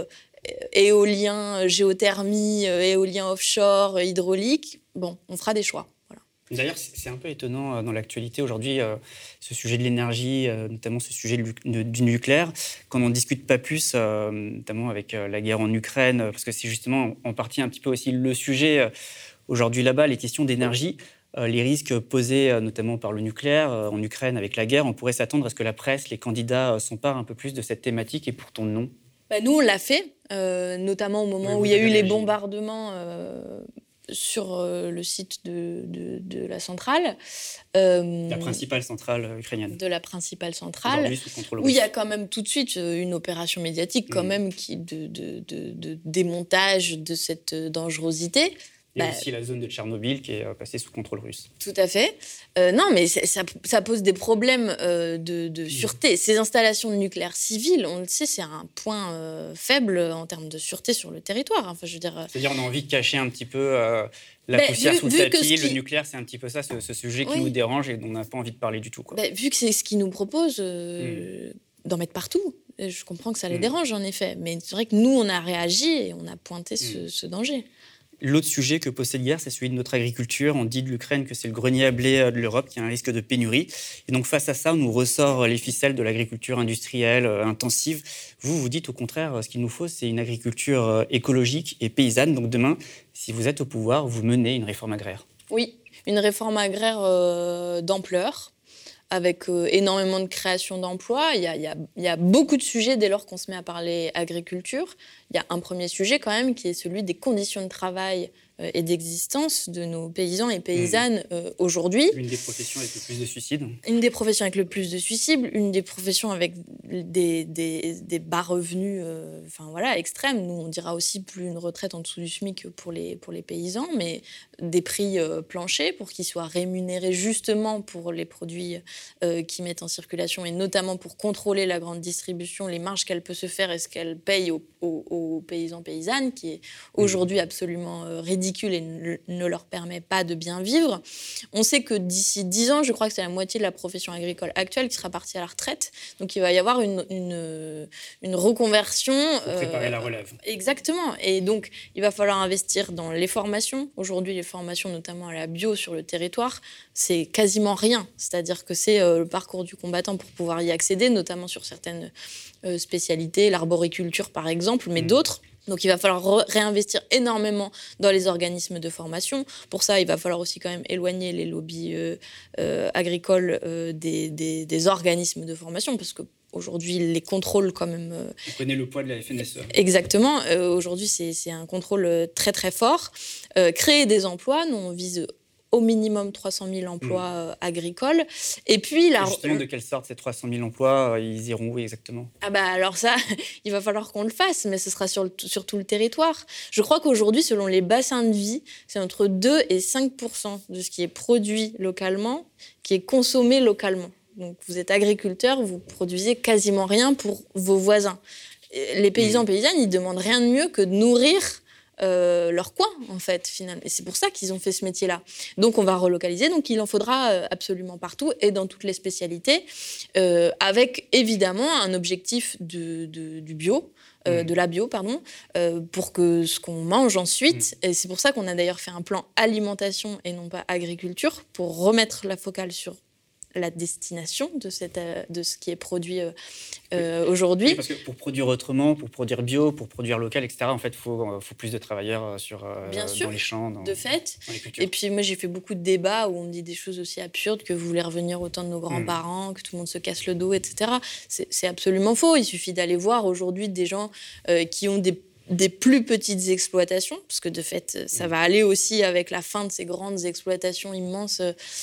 éolien, géothermie, éolien offshore, hydraulique, bon, on fera des choix. Voilà. D'ailleurs, c'est un peu étonnant dans l'actualité aujourd'hui, euh, ce sujet de l'énergie, euh, notamment ce sujet du, de, du nucléaire, qu'on n'en discute pas plus, euh, notamment avec euh, la guerre en Ukraine, parce que c'est justement en partie un petit peu aussi le sujet euh, aujourd'hui là-bas, les questions d'énergie. Euh, les risques posés euh, notamment par le nucléaire euh, en Ukraine avec la guerre, on pourrait s'attendre à ce que la presse, les candidats euh, s'emparent un peu plus de cette thématique et pourtant non. Bah nous, on l'a fait, euh, notamment au moment oui, où il y a eu les bombardements euh, sur euh, le site de, de, de la centrale. Euh, la principale centrale ukrainienne. De la principale centrale. Aujourd'hui sous contrôle russe. Où il y a quand même tout de suite une opération médiatique quand mmh. même qui, de, de, de, de démontage de cette dangerosité. Il y a bah, aussi la zone de Tchernobyl qui est passée sous contrôle russe. Tout à fait. Euh, non, mais ça, ça pose des problèmes euh, de, de sûreté. Mmh. Ces installations nucléaires civiles, on le sait, c'est un point euh, faible en termes de sûreté sur le territoire. Enfin, je veux dire... C'est-à-dire on a envie de cacher un petit peu euh, la bah, poussière vu, sous le tapis. Qui... Le nucléaire, c'est un petit peu ça, ce, ce sujet qui oui. nous dérange et dont on n'a pas envie de parler du tout. Quoi. Bah, vu que c'est ce qu'ils nous proposent, euh, mmh. d'en mettre partout. Je comprends que ça les mmh. dérange, en effet. Mais c'est vrai que nous, on a réagi et on a pointé ce, mmh. ce danger. L'autre sujet que pose cette guerre, c'est celui de notre agriculture. On dit de l'Ukraine que c'est le grenier à blé de l'Europe, qui a un risque de pénurie. Et donc, face à ça, on nous ressort les ficelles de l'agriculture industrielle euh, intensive. Vous, vous dites au contraire, ce qu'il nous faut, c'est une agriculture euh, écologique et paysanne. Donc demain, si vous êtes au pouvoir, vous menez une réforme agraire. Oui, une réforme agraire euh, d'ampleur, avec euh, énormément de création d'emplois. Il y a, il y a, il y a beaucoup de sujets dès lors qu'on se met à parler agriculture. Il y a un premier sujet quand même qui est celui des conditions de travail euh, et d'existence de nos paysans et paysannes mmh. euh, aujourd'hui. Une des professions avec le plus de suicides. Une des professions avec le plus de suicides, une des professions avec des, des, des bas revenus euh, enfin, voilà, extrêmes. Nous, on dira aussi plus une retraite en dessous du SMIC pour les, pour les paysans, mais des prix euh, planchers pour qu'ils soient rémunérés justement pour les produits euh, qu'ils mettent en circulation et notamment pour contrôler la grande distribution, les marges qu'elle peut se faire et ce qu'elle paye aux, aux, aux paysans paysannes, qui est aujourd'hui absolument euh, ridicule et ne, ne leur permet pas de bien vivre. On sait que d'ici dix ans, je crois que c'est la moitié de la profession agricole actuelle qui sera partie à la retraite. Donc il va y avoir une, une, une reconversion. Pour préparer euh, la relève. Exactement. Et donc il va falloir investir dans les formations. Aujourd'hui, les formations, notamment à la bio sur le territoire, c'est quasiment rien. C'est-à-dire que c'est euh, le parcours du combattant pour pouvoir y accéder, notamment sur certaines euh, spécialités, l'arboriculture par exemple, mais mmh. d'autres. Donc il va falloir re- réinvestir énormément dans les organismes de formation. Pour ça, il va falloir aussi quand même éloigner les lobbies euh, euh, agricoles euh, des, des, des organismes de formation, parce que aujourd'hui, les contrôles quand même... Euh, On connaît le poids de la F N S E. Exactement. Euh, aujourd'hui, c'est, c'est un contrôle très très fort. Euh, créer des emplois, nous on vise au minimum trois cent mille emplois mmh. euh, agricoles. Et puis... La... Et justement, de quelle sorte ces trois cent mille emplois, ils iront où exactement ? Ah bah alors ça, il va falloir qu'on le fasse, mais ce sera sur, le, sur tout le territoire. Je crois qu'aujourd'hui, selon les bassins de vie, c'est entre deux et cinq pour cent de ce qui est produit localement, qui est consommé localement. Donc vous êtes agriculteur, vous produisez quasiment rien pour vos voisins. Les paysans mmh. paysannes, ils demandent rien de mieux que de nourrir Euh, leur coin, en fait, finalement. Et c'est pour ça qu'ils ont fait ce métier-là. Donc, on va relocaliser. Donc, il en faudra euh, absolument partout et dans toutes les spécialités, euh, avec, évidemment, un objectif de, de, du bio, euh, mmh. de la bio, pardon, euh, pour que ce qu'on mange ensuite, mmh. et c'est pour ça qu'on a d'ailleurs fait un plan alimentation et non pas agriculture, pour remettre la focale sur la destination de, cette, de ce qui est produit euh, oui. aujourd'hui. Oui, parce que pour produire autrement, pour produire bio, pour produire local, et cetera, en fait, il faut, faut plus de travailleurs sur, Bien sûr, dans les champs, dans, de fait. dans les cultures. Et puis moi, j'ai fait beaucoup de débats où on me dit des choses aussi absurdes, que vous voulez revenir au temps de nos grands-parents, mmh. que tout le monde se casse le dos, et cetera. C'est, c'est absolument faux. Il suffit d'aller voir aujourd'hui des gens euh, qui ont des des plus petites exploitations, parce que de fait, ça va aller aussi avec la fin de ces grandes exploitations immenses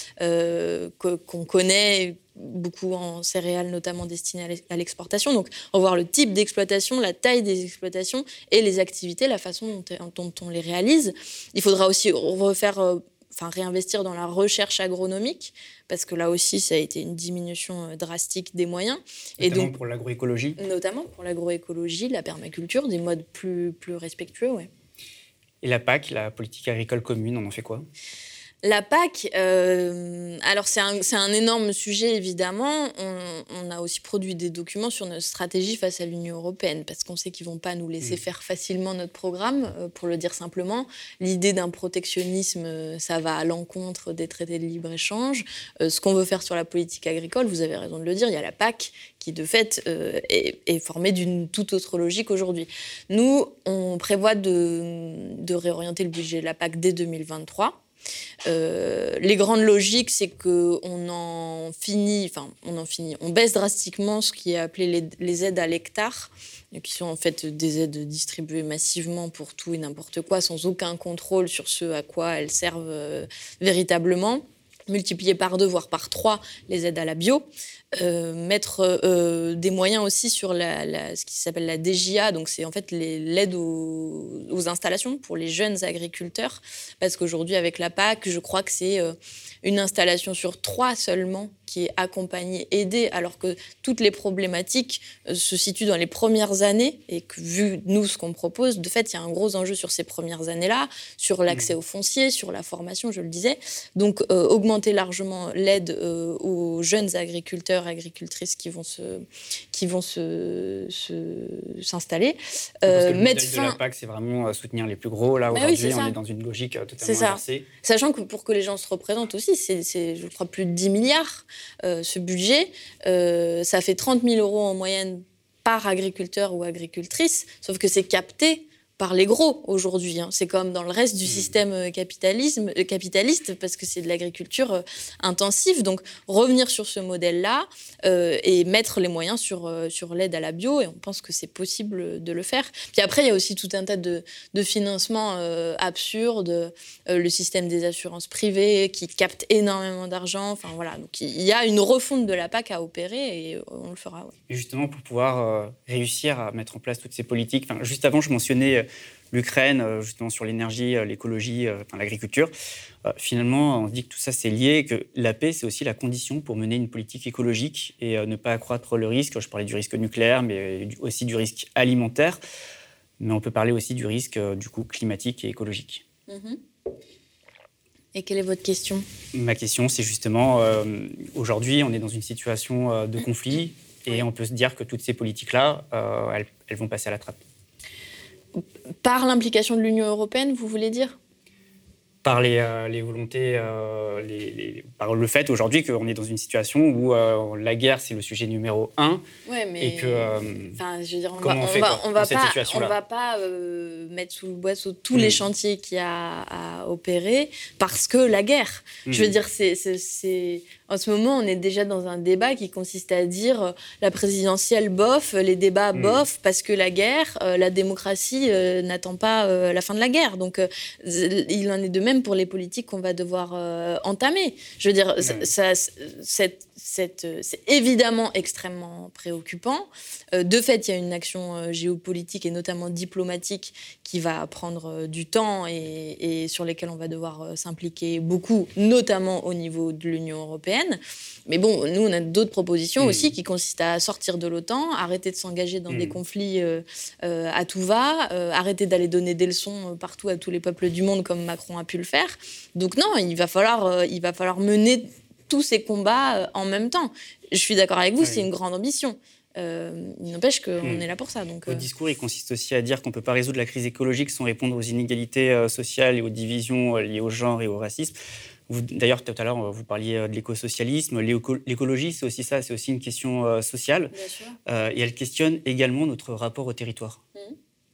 euh, que, qu'on connaît, beaucoup en céréales, notamment destinées à l'exportation. Donc, on va voir le type d'exploitation, la taille des exploitations et les activités, la façon dont, dont on les réalise. Il faudra aussi refaire... Euh, Enfin, réinvestir dans la recherche agronomique, parce que là aussi, ça a été une diminution drastique des moyens. Notamment et donc, pour l'agroécologie. Notamment pour l'agroécologie, la permaculture, des modes plus, plus respectueux, ouais. Et la P A C, la politique agricole commune, on en fait quoi ? La P A C, euh, alors c'est un, c'est un énorme sujet, évidemment. On, on a aussi produit des documents sur notre stratégie face à l'Union européenne, parce qu'on sait qu'ils ne vont pas nous laisser mmh. faire facilement notre programme, euh, pour le dire simplement. L'idée d'un protectionnisme, euh, ça va à l'encontre des traités de libre-échange. Euh, ce qu'on veut faire sur la politique agricole, vous avez raison de le dire, il y a la P A C qui, de fait, euh, est, est formée d'une toute autre logique aujourd'hui. Nous, on prévoit de, de réorienter le budget de la P A C dès deux mille vingt-trois. Euh, les grandes logiques, c'est qu'on en finit, enfin, on en finit, on baisse drastiquement ce qui est appelé les, les aides à l'hectare, qui sont en fait des aides distribuées massivement pour tout et n'importe quoi, sans aucun contrôle sur ce à quoi elles servent euh, véritablement. Multiplier par deux, voire par trois, les aides à la bio. Euh, mettre euh, des moyens aussi sur la, la, ce qui s'appelle la D J A, donc c'est en fait les, l'aide aux, aux installations pour les jeunes agriculteurs, parce qu'aujourd'hui avec la P A C, je crois que c'est euh, une installation sur trois seulement qui est accompagnée, aidée, alors que toutes les problématiques euh, se situent dans les premières années, et que vu nous ce qu'on propose, de fait il y a un gros enjeu sur ces premières années-là, sur l'accès au foncier, sur la formation, je le disais, donc euh, augmenter largement l'aide euh, aux jeunes agriculteurs, agricultrices qui vont se, qui vont se, se s'installer. Euh, le mettre fin... de la P A C, c'est vraiment soutenir les plus gros. Là, bah aujourd'hui, oui, on est dans une logique totalement inversée. Sachant que pour que les gens se représentent aussi, c'est, c'est je crois, plus de dix milliards, euh, ce budget. Euh, ça fait trente mille euros en moyenne par agriculteur ou agricultrice, sauf que c'est capté par les gros aujourd'hui. Hein. C'est comme dans le reste du mmh. système capitalisme, euh, capitaliste, parce que c'est de l'agriculture euh, intensive. Donc, revenir sur ce modèle-là euh, et mettre les moyens sur, euh, sur l'aide à la bio, et on pense que c'est possible de le faire. Puis après, il y a aussi tout un tas de, de financements euh, absurdes, euh, le système des assurances privées qui capte énormément d'argent. Enfin, voilà. Donc, il y a une refonte de la P A C à opérer, et on le fera. Ouais. Et justement, pour pouvoir euh, réussir à mettre en place toutes ces politiques, juste avant, je mentionnais l'Ukraine, justement sur l'énergie, l'écologie, enfin, l'agriculture. Euh, finalement, on se dit que tout ça, c'est lié, que la paix, c'est aussi la condition pour mener une politique écologique et euh, ne pas accroître le risque. Je parlais du risque nucléaire, mais aussi du risque alimentaire. Mais on peut parler aussi du risque euh, du coup, climatique et écologique. Mmh. Et quelle est votre question ? Ma question, c'est justement, euh, aujourd'hui, on est dans une situation euh, de conflit et on peut se dire que toutes ces politiques-là, euh, elles, elles vont passer à la trappe. Par l'implication de l'Union européenne, vous voulez dire ? Par les, euh, les volontés, euh, les, les, par le fait aujourd'hui qu'on est dans une situation où euh, la guerre, c'est le sujet numéro un. Ouais, mais et que, euh, je veux dire, on comment va, on fait on va, quoi, on va dans cette pas, situation-là ? On ne va pas euh, mettre sous le boisseau tous mmh. les chantiers qu'il y a à opérer parce que la guerre. Mmh. Je veux dire, c'est, c'est, c'est... En ce moment, on est déjà dans un débat qui consiste à dire euh, la présidentielle bof, les débats Mmh. bof, parce que la guerre, euh, la démocratie euh, n'attend pas euh, la fin de la guerre. Donc, euh, il en est de même pour les politiques qu'on va devoir euh, entamer. Je veux dire, Ouais. ça, cette, cette, c'est évidemment extrêmement préoccupant. Euh, de fait, il y a une action euh, géopolitique et notamment diplomatique qui va prendre euh, du temps et, et sur lesquelles on va devoir euh, s'impliquer beaucoup, notamment au niveau de l'Union européenne. Mais bon, nous, on a d'autres propositions mmh. aussi qui consistent à sortir de l'OTAN, arrêter de s'engager dans mmh. des conflits euh, euh, à tout va, euh, arrêter d'aller donner des leçons partout à tous les peuples du monde comme Macron a pu le faire. Donc non, il va falloir, euh, il va falloir mener tous ces combats euh, en même temps. Je suis d'accord avec vous, oui. c'est une grande ambition. Euh, il n'empêche qu'on mmh. est là pour ça. Donc, Votre euh... discours, il consiste aussi à dire qu'on ne peut pas résoudre la crise écologique sans répondre aux inégalités euh, sociales et aux divisions euh, liées au genre et au racisme. Vous, d'ailleurs, tout à l'heure, vous parliez de l'écosocialisme. L'éco- l'écologie, c'est aussi ça, c'est aussi une question euh, sociale. Bien sûr. Euh, et elle questionne également notre rapport au territoire. Mmh.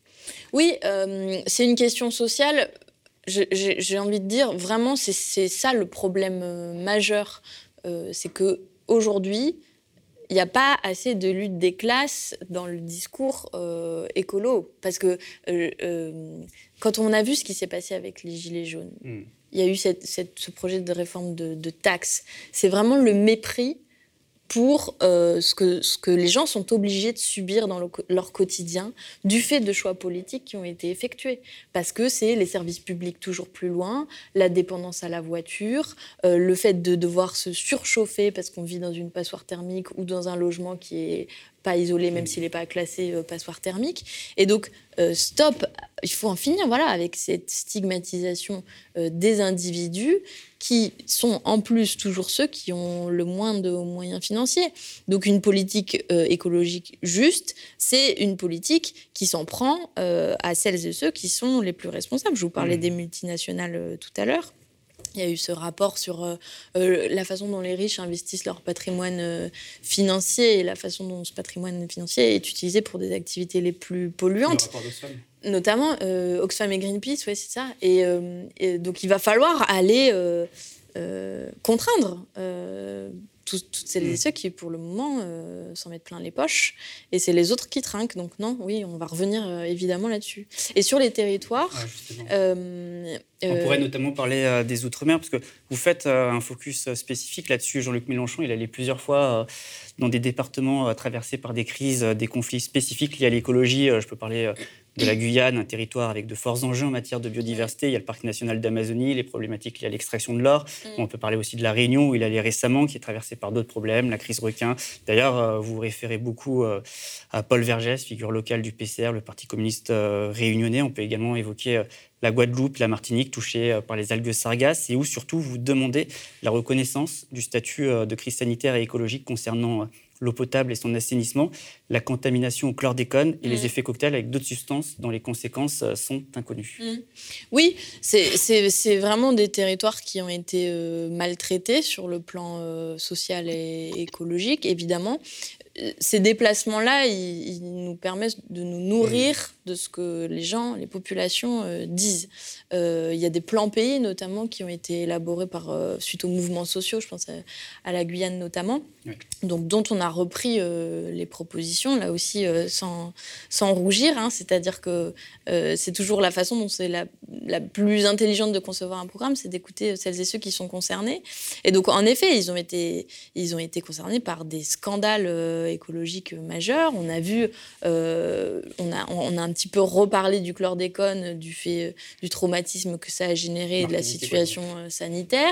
Oui, euh, c'est une question sociale. Je, j'ai, j'ai envie de dire, vraiment, c'est, c'est ça le problème euh, majeur. Euh, c'est qu'aujourd'hui, il n'y a pas assez de lutte des classes dans le discours euh, écolo. Parce que euh, euh, quand on a vu ce qui s'est passé avec les Gilets jaunes, mmh. il y a eu cette, cette, ce projet de réforme de, de taxes. C'est vraiment le mépris pour euh, ce, que, ce que les gens sont obligés de subir dans le, leur quotidien du fait de choix politiques qui ont été effectués. Parce que c'est les services publics toujours plus loin, la dépendance à la voiture, euh, le fait de devoir se surchauffer parce qu'on vit dans une passoire thermique ou dans un logement qui est pas isolé, même s'il n'est pas classé euh, passoire thermique. Et donc, euh, stop, il faut en finir voilà, avec cette stigmatisation euh, des individus qui sont en plus toujours ceux qui ont le moins de moyens financiers. Donc une politique euh, écologique juste, c'est une politique qui s'en prend euh, à celles et ceux qui sont les plus responsables. Je vous parlais mmh. des multinationales euh, tout à l'heure. Il y a eu ce rapport sur euh, euh, la façon dont les riches investissent leur patrimoine euh, financier et la façon dont ce patrimoine financier est utilisé pour des activités les plus polluantes. Le rapport d'Oxfam. Notamment euh, Oxfam et Greenpeace, ouais, c'est ça. Et, euh, et donc il va falloir aller euh, euh, contraindre euh, tous, toutes celles et ceux qui, pour le moment, euh, s'en mettent plein les poches. Et c'est les autres qui trinquent. Donc non, oui, on va revenir euh, évidemment là-dessus. Et sur les territoires... Ouais, euh, on euh... pourrait notamment parler euh, des Outre-mer, parce que vous faites euh, un focus spécifique là-dessus. Jean-Luc Mélenchon, il allait plusieurs fois euh, dans des départements euh, traversés par des crises, euh, des conflits spécifiques liés à l'écologie. Euh, je peux parler... Euh, de la Guyane, un territoire avec de forts enjeux en matière de biodiversité. Il y a le parc national d'Amazonie, les problématiques liées à l'extraction de l'or. Mm. On peut parler aussi de la Réunion, où il allait récemment, qui est traversée par d'autres problèmes, la crise requin. D'ailleurs, vous vous référez beaucoup à Paul Vergès, figure locale du P C R, le Parti communiste réunionnais. On peut également évoquer la Guadeloupe, la Martinique, touchée par les algues sargasses, et où surtout vous demandez la reconnaissance du statut de crise sanitaire et écologique concernant l'eau potable et son assainissement, la contamination au chlordécone et mmh. les effets cocktails avec d'autres substances dont les conséquences sont inconnues. Mmh. Oui, c'est, c'est, c'est vraiment des territoires qui ont été euh, maltraités sur le plan euh, social et écologique, évidemment. Ces déplacements-là, ils, ils nous permettent de nous nourrir mmh. de ce que les gens, les populations euh, disent. Euh, il y a des plans pays, notamment, qui ont été élaborés par, euh, suite aux mouvements sociaux, je pense à, à la Guyane notamment, oui. donc, dont on a repris euh, les propositions, là aussi, euh, sans, sans rougir. Hein, c'est-à-dire que euh, c'est toujours la façon dont c'est la, la plus intelligente de concevoir un programme, c'est d'écouter celles et ceux qui sont concernés. Et donc, en effet, ils ont été, ils ont été concernés par des scandales euh, écologique majeure. On a vu, euh, on, a, on a un petit peu reparlé du chlordécone, du fait du traumatisme que ça a généré, de la situation sanitaire.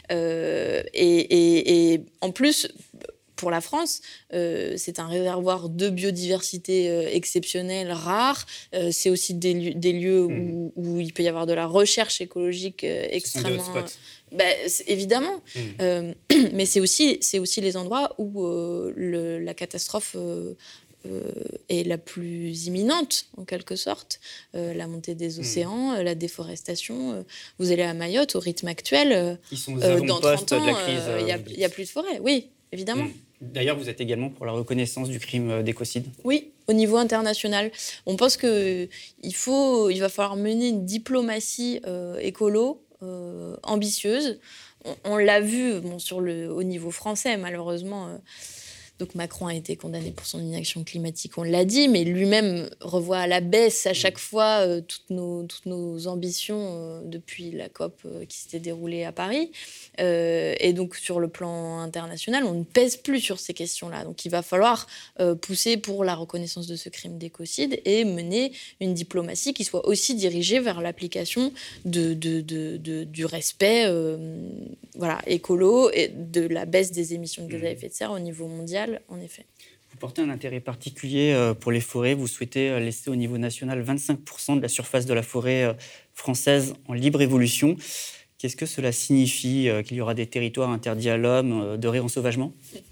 Euh, et, et, et en plus, pour la France, euh, c'est un réservoir de biodiversité euh, exceptionnelle, rare. Euh, c'est aussi des, li- des lieux mmh. où, où il peut y avoir de la recherche écologique euh, extrêmement... Bah, évidemment, mmh. euh, mais c'est aussi, c'est aussi les endroits où euh, le, la catastrophe euh, euh, est la plus imminente, en quelque sorte. Euh, la montée des océans, mmh. la déforestation. Euh, vous allez à Mayotte, au rythme actuel, euh, Ils sont aux euh, dans trente ans, de la crise, il n'y euh, a, a plus de forêt. Oui, évidemment. Mmh. D'ailleurs, vous êtes également pour la reconnaissance du crime d'écocide. Oui, au niveau international. On pense qu'il faut, il va falloir mener une diplomatie euh, écolo, Euh, ambitieuse, on, on l'a vu bon, sur le, au niveau français, malheureusement. Euh, Donc Macron a été condamné pour son inaction climatique, on l'a dit, mais lui-même revoit à la baisse à chaque fois euh, toutes, nos, toutes nos ambitions euh, depuis la COP euh, qui s'était déroulée à Paris. Euh, et donc sur le plan international, on ne pèse plus sur ces questions-là. Donc il va falloir euh, pousser pour la reconnaissance de ce crime d'écocide et mener une diplomatie qui soit aussi dirigée vers l'application de, de, de, de, du respect euh, voilà, écolo et de la baisse des émissions de gaz à effet de serre au niveau mondial. En effet. Vous portez un intérêt particulier pour les forêts. Vous souhaitez laisser au niveau national vingt-cinq pour cent de la surface de la forêt française en libre évolution. Qu'est-ce que cela signifie qu'il y aura des territoires interdits à l'homme, de réensauvagement ?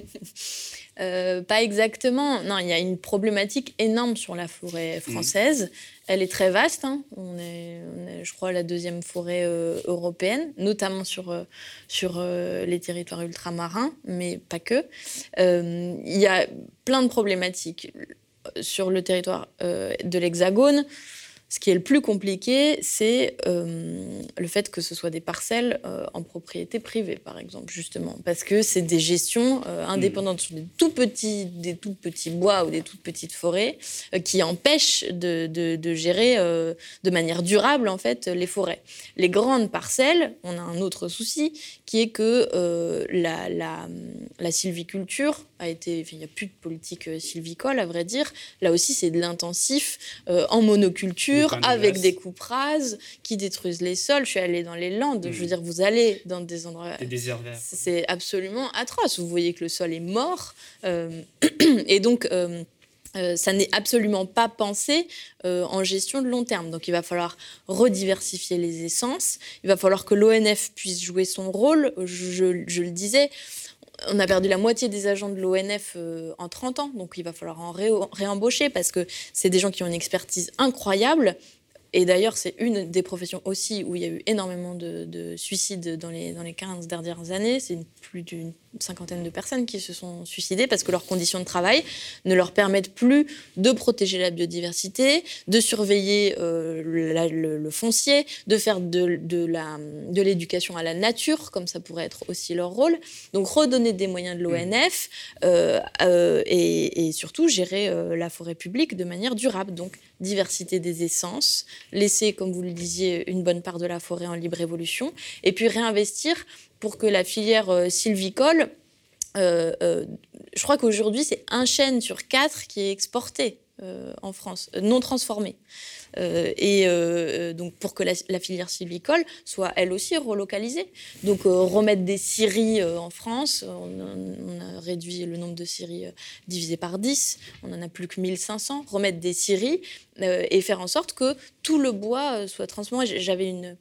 Euh, pas exactement. Non, il y a une problématique énorme sur la forêt française. Mmh. Elle est très vaste. Hein. On, est, on est, je crois, la deuxième forêt euh, européenne, notamment sur, euh, sur euh, les territoires ultramarins, mais pas que. Euh, il y a plein de problématiques. Sur le territoire euh, de l'Hexagone, ce qui est le plus compliqué, c'est euh, le fait que ce soit des parcelles euh, en propriété privée, par exemple, justement. Parce que c'est des gestions euh, indépendantes sur des tout, petits, des tout petits bois ou des toutes petites forêts euh, qui empêchent de, de, de gérer euh, de manière durable, en fait, les forêts. Les grandes parcelles, on a un autre souci, qui est que euh, la, la, la sylviculture a été... Enfin, il n'y a plus de politique sylvicole, à vrai dire. Là aussi, c'est de l'intensif euh, en monoculture, avec des coupes rases qui détruisent les sols. Je suis allée dans les Landes. Mmh. Je veux dire, vous allez dans des endroits... Des déserts verts. C'est absolument atroce. Vous voyez que le sol est mort. Euh, et donc... Euh, Euh, ça n'est absolument pas pensé euh, en gestion de long terme. Donc il va falloir rediversifier les essences. Il va falloir que l'O N F puisse jouer son rôle. Je, je, je le disais, on a perdu la moitié des agents de l'O N F euh, en trente ans. Donc il va falloir en ré- réembaucher parce que c'est des gens qui ont une expertise incroyable. Et d'ailleurs, c'est une des professions aussi où il y a eu énormément de, de suicides dans les, dans les quinze dernières années. C'est une, plus d'une cinquantaine de personnes qui se sont suicidées parce que leurs conditions de travail ne leur permettent plus de protéger la biodiversité, de surveiller euh, la, le, le foncier, de faire de, de, la, de l'éducation à la nature, comme ça pourrait être aussi leur rôle. Donc redonner des moyens de l'O N F euh, euh, et, et surtout gérer euh, la forêt publique de manière durable. Donc diversité des essences, laisser, comme vous le disiez, une bonne part de la forêt en libre évolution et puis réinvestir pour que la filière euh, sylvicole, euh, euh, je crois qu'aujourd'hui, c'est un chêne sur quatre qui est exporté euh, en France, euh, non transformé. Euh, et euh, donc pour que la, la filière sylvicole soit elle aussi relocalisée. Donc euh, remettre des scieries euh, en France, on, on a réduit le nombre de scieries euh, divisé par dix, on n'en a plus que mille cinq cents. Remettre des scieries euh, et faire en sorte que tout le bois euh, soit transformé. J'avais une...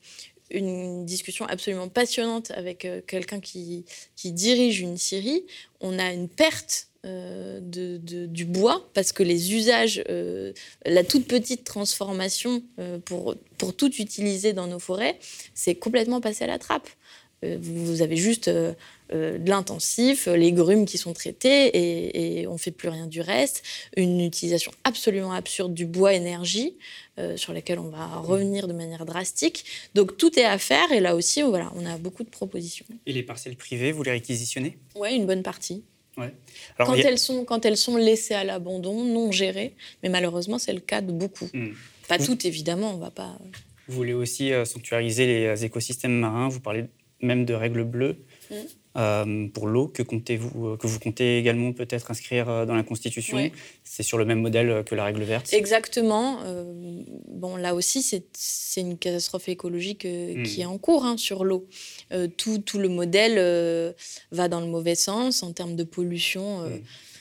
une discussion absolument passionnante avec euh, quelqu'un qui, qui dirige une scierie. On a une perte euh, de, de, du bois parce que les usages, euh, la toute petite transformation euh, pour, pour tout utiliser dans nos forêts, c'est complètement passé à la trappe. Euh, vous avez juste euh, euh, de l'intensif, les grumes qui sont traitées et, et on ne fait plus rien du reste. Une utilisation absolument absurde du bois énergie euh, sur laquelle on va revenir de manière drastique. Donc tout est à faire et là aussi, voilà, on a beaucoup de propositions. Et les parcelles privées, vous les réquisitionnez ? Oui, une bonne partie. Ouais. Alors, quand, a... elles sont, quand elles sont laissées à l'abandon, non gérées, mais malheureusement, c'est le cas de beaucoup. Mmh. Pas vous... toutes, évidemment, on ne va pas... Vous voulez aussi euh, sanctuariser les écosystèmes marins, vous parlez même de règles bleues. Mmh. Euh, pour l'eau, que, comptez-vous, que vous comptez également peut-être inscrire dans la Constitution. Oui. C'est sur le même modèle que la règle verte. Exactement. Euh, bon, là aussi, c'est, c'est une catastrophe écologique euh, mmh. qui est en cours hein, sur l'eau. Euh, tout, tout le modèle euh, va dans le mauvais sens en termes de pollution. Euh, mmh.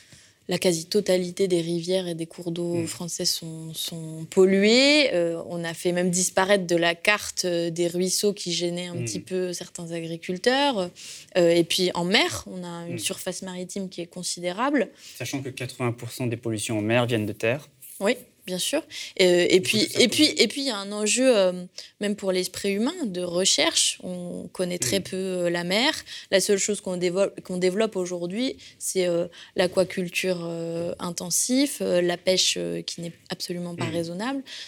La quasi-totalité des rivières et des cours d'eau mmh. français sont, sont pollués. Euh, on a fait même disparaître de la carte des ruisseaux qui gênaient un mmh. petit peu certains agriculteurs. Euh, et puis en mer, on a une mmh. surface maritime qui est considérable. Sachant que quatre-vingts pour cent des pollutions en mer viennent de terre. Oui, bien sûr. Euh, et, puis, et, puis, et puis, il y a un enjeu, euh, même pour l'esprit humain, de recherche. On connaît très mmh. peu euh, la mer. La seule chose qu'on développe, qu'on développe aujourd'hui, c'est euh, l'aquaculture euh, intensive, euh, la pêche euh, qui n'est absolument pas mmh. raisonnable. Donc,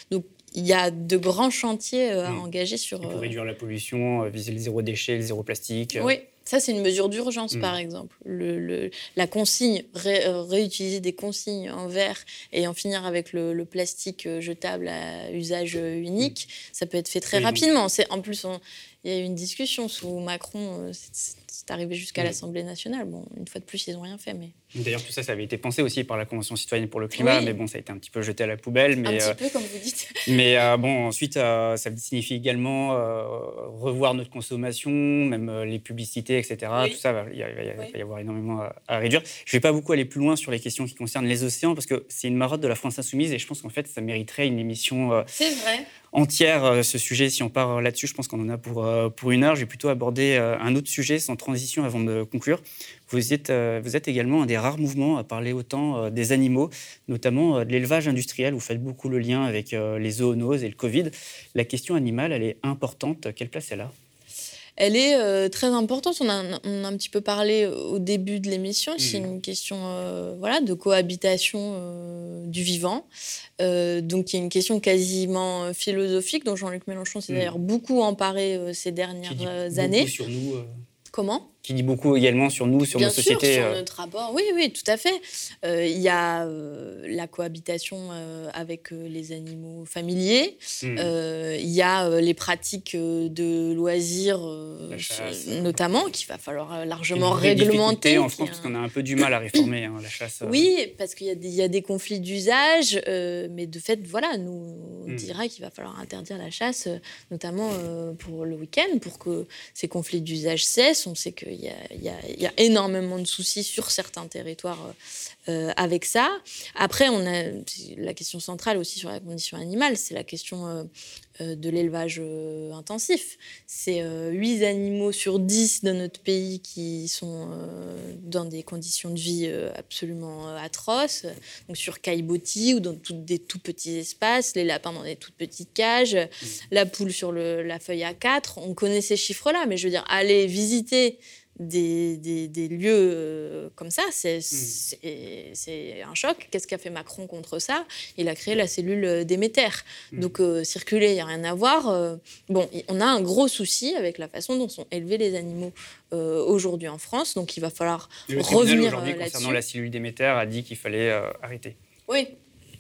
il y a de grands chantiers à mmh. engager sur... Et pour réduire la pollution, viser le zéro déchet, le zéro plastique. Oui, ça c'est une mesure d'urgence mmh. par exemple. Le, le, la consigne, ré, réutiliser des consignes en verre et en finir avec le, le plastique jetable à usage unique, mmh. ça peut être fait très oui, rapidement. C'est, en plus, on, il y a eu une discussion sous Macron, c'est, c'est arrivé jusqu'à mmh. l'Assemblée nationale. Bon, une fois de plus, ils n'ont rien fait, mais... D'ailleurs, tout ça, ça avait été pensé aussi par la Convention citoyenne pour le climat, oui. mais bon, ça a été un petit peu jeté à la poubelle. Mais, un petit peu, comme vous dites. Mais euh, bon, ensuite, euh, ça signifie également euh, revoir notre consommation, même euh, les publicités, et cetera. Oui. Tout ça, il va, va, va, oui. va y avoir énormément à, à réduire. Je ne vais pas beaucoup aller plus loin sur les questions qui concernent les océans, parce que c'est une marotte de la France insoumise, et je pense qu'en fait, ça mériterait une émission euh, c'est vrai. entière, euh, ce sujet. Si on part là-dessus, je pense qu'on en a pour, euh, pour une heure. Je vais plutôt aborder euh, un autre sujet, sans transition, avant de conclure. Vous êtes, euh, vous êtes également un des rares mouvements à parler autant euh, des animaux, notamment euh, de l'élevage industriel. Vous faites beaucoup le lien avec euh, les zoonoses et le Covid. La question animale, elle est importante. Quelle place elle a ? Elle est euh, très importante. On a, on a un petit peu parlé au début de l'émission. Mmh. C'est une question euh, voilà, de cohabitation euh, du vivant. Euh, donc, il y a une question quasiment philosophique dont Jean-Luc Mélenchon s'est mmh. d'ailleurs beaucoup emparé euh, ces dernières Qui dit années. Beaucoup sur nous. Euh... Comment ? Qui dit beaucoup également sur nous, sur Bien nos sociétés. Bien sûr, euh... sur notre rapport. Oui, oui, tout à fait. Il euh, y a euh, la cohabitation euh, avec euh, les animaux familiers. Il mmh. euh, y a euh, les pratiques euh, de loisirs, euh, chasse, notamment, qu'il va falloir largement réglementer. En France, un... parce qu'on a un peu du mal à réformer hein, la chasse. Euh... Oui, parce qu'il y a des, y a des conflits d'usage. Euh, mais de fait, voilà, nous, on mmh. dirait qu'il va falloir interdire la chasse, notamment euh, pour le week-end, pour que ces conflits d'usage cessent. On sait qu'il y a, il y a Il y a énormément de soucis sur certains territoires euh, avec ça. Après, on a la question centrale aussi sur la condition animale, c'est la question euh, euh, de l'élevage euh, intensif. C'est euh, huit animaux sur dix dans notre pays qui sont euh, dans des conditions de vie euh, absolument euh, atroces, donc sur caillebotis ou dans tout, des tout petits espaces, les lapins dans des toutes petites cages, mmh. la poule sur le, la feuille A quatre. On connaît ces chiffres-là, mais je veux dire, aller visiter Des, des, des lieux euh, comme ça, c'est, mmh. c'est, c'est un choc. Qu'est-ce qu'a fait Macron contre ça ? Il a créé la cellule Déméter. Mmh. Donc, euh, circuler, il n'y a rien à voir. Euh, bon, on a un gros souci avec la façon dont sont élevés les animaux euh, aujourd'hui en France. Donc, il va falloir le revenir aujourd'hui, euh, là-dessus. Concernant la cellule Déméter, a dit qu'il fallait euh, arrêter. Oui,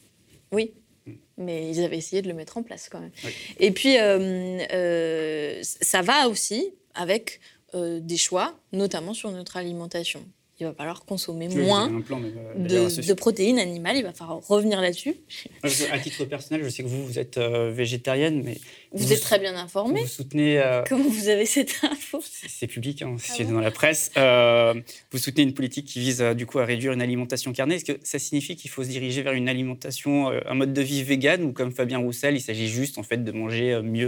oui. Mmh. Mais ils avaient essayé de le mettre en place quand même. Oui. Et puis, euh, euh, ça va aussi avec... Euh, des choix, notamment sur notre alimentation. Il va falloir consommer oui, moins plan, mais, euh, de, de protéines animales. Il va falloir revenir là-dessus. À titre personnel, je sais que vous, vous êtes euh, végétarienne, mais... Vous, vous êtes très bien informée. Vous soutenez... Euh, Comment vous avez cette info ? C'est, c'est public, hein, c'est ah bon dans la presse. Euh, vous soutenez une politique qui vise, euh, du coup, à réduire une alimentation carnée. Est-ce que ça signifie qu'il faut se diriger vers une alimentation, euh, un mode de vie vegan, ou comme Fabien Roussel, il s'agit juste, en fait, de manger euh, mieux ?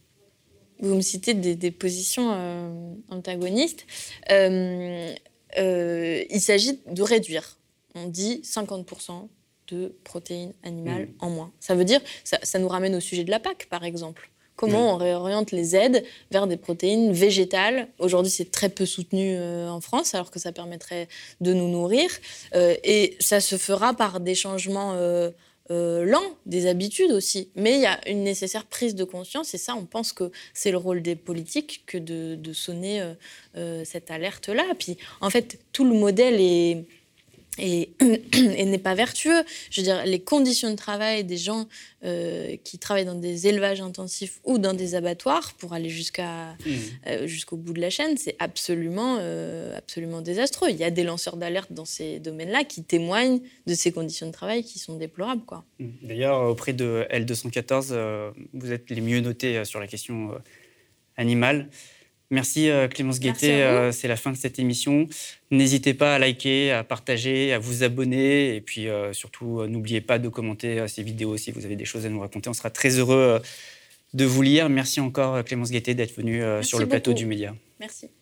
Vous me citez des, des positions euh, antagonistes. Euh, euh, il s'agit de réduire. On dit cinquante pour cent de protéines animales mmh. en moins. Ça veut dire, ça, ça nous ramène au sujet de la P A C, par exemple. Comment mmh. on réoriente les aides vers des protéines végétales ? Aujourd'hui, c'est très peu soutenu euh, en France, alors que ça permettrait de nous nourrir. Euh, et ça se fera par des changements... Euh, Euh, lent, des habitudes aussi. Mais il y a une nécessaire prise de conscience et ça, on pense que c'est le rôle des politiques que de, de sonner euh, euh, cette alerte-là. Puis, en fait, tout le modèle est... Et, et n'est pas vertueux. Je veux dire, les conditions de travail des gens euh, qui travaillent dans des élevages intensifs ou dans des abattoirs pour aller jusqu'à, mmh. euh, jusqu'au bout de la chaîne, c'est absolument, euh, absolument désastreux. Il y a des lanceurs d'alerte dans ces domaines-là qui témoignent de ces conditions de travail qui sont déplorables, quoi. D'ailleurs, auprès de L deux cent quatorze, euh, vous êtes les mieux notés sur la question euh, animale. Merci euh, Clémence Guettet, euh, c'est la fin de cette émission. N'hésitez pas à liker, à partager, à vous abonner et puis euh, surtout euh, n'oubliez pas de commenter euh, ces vidéos si vous avez des choses à nous raconter. On sera très heureux euh, de vous lire. Merci encore Clémence Guettet d'être venue euh, sur le plateau beaucoup. du Média. Merci.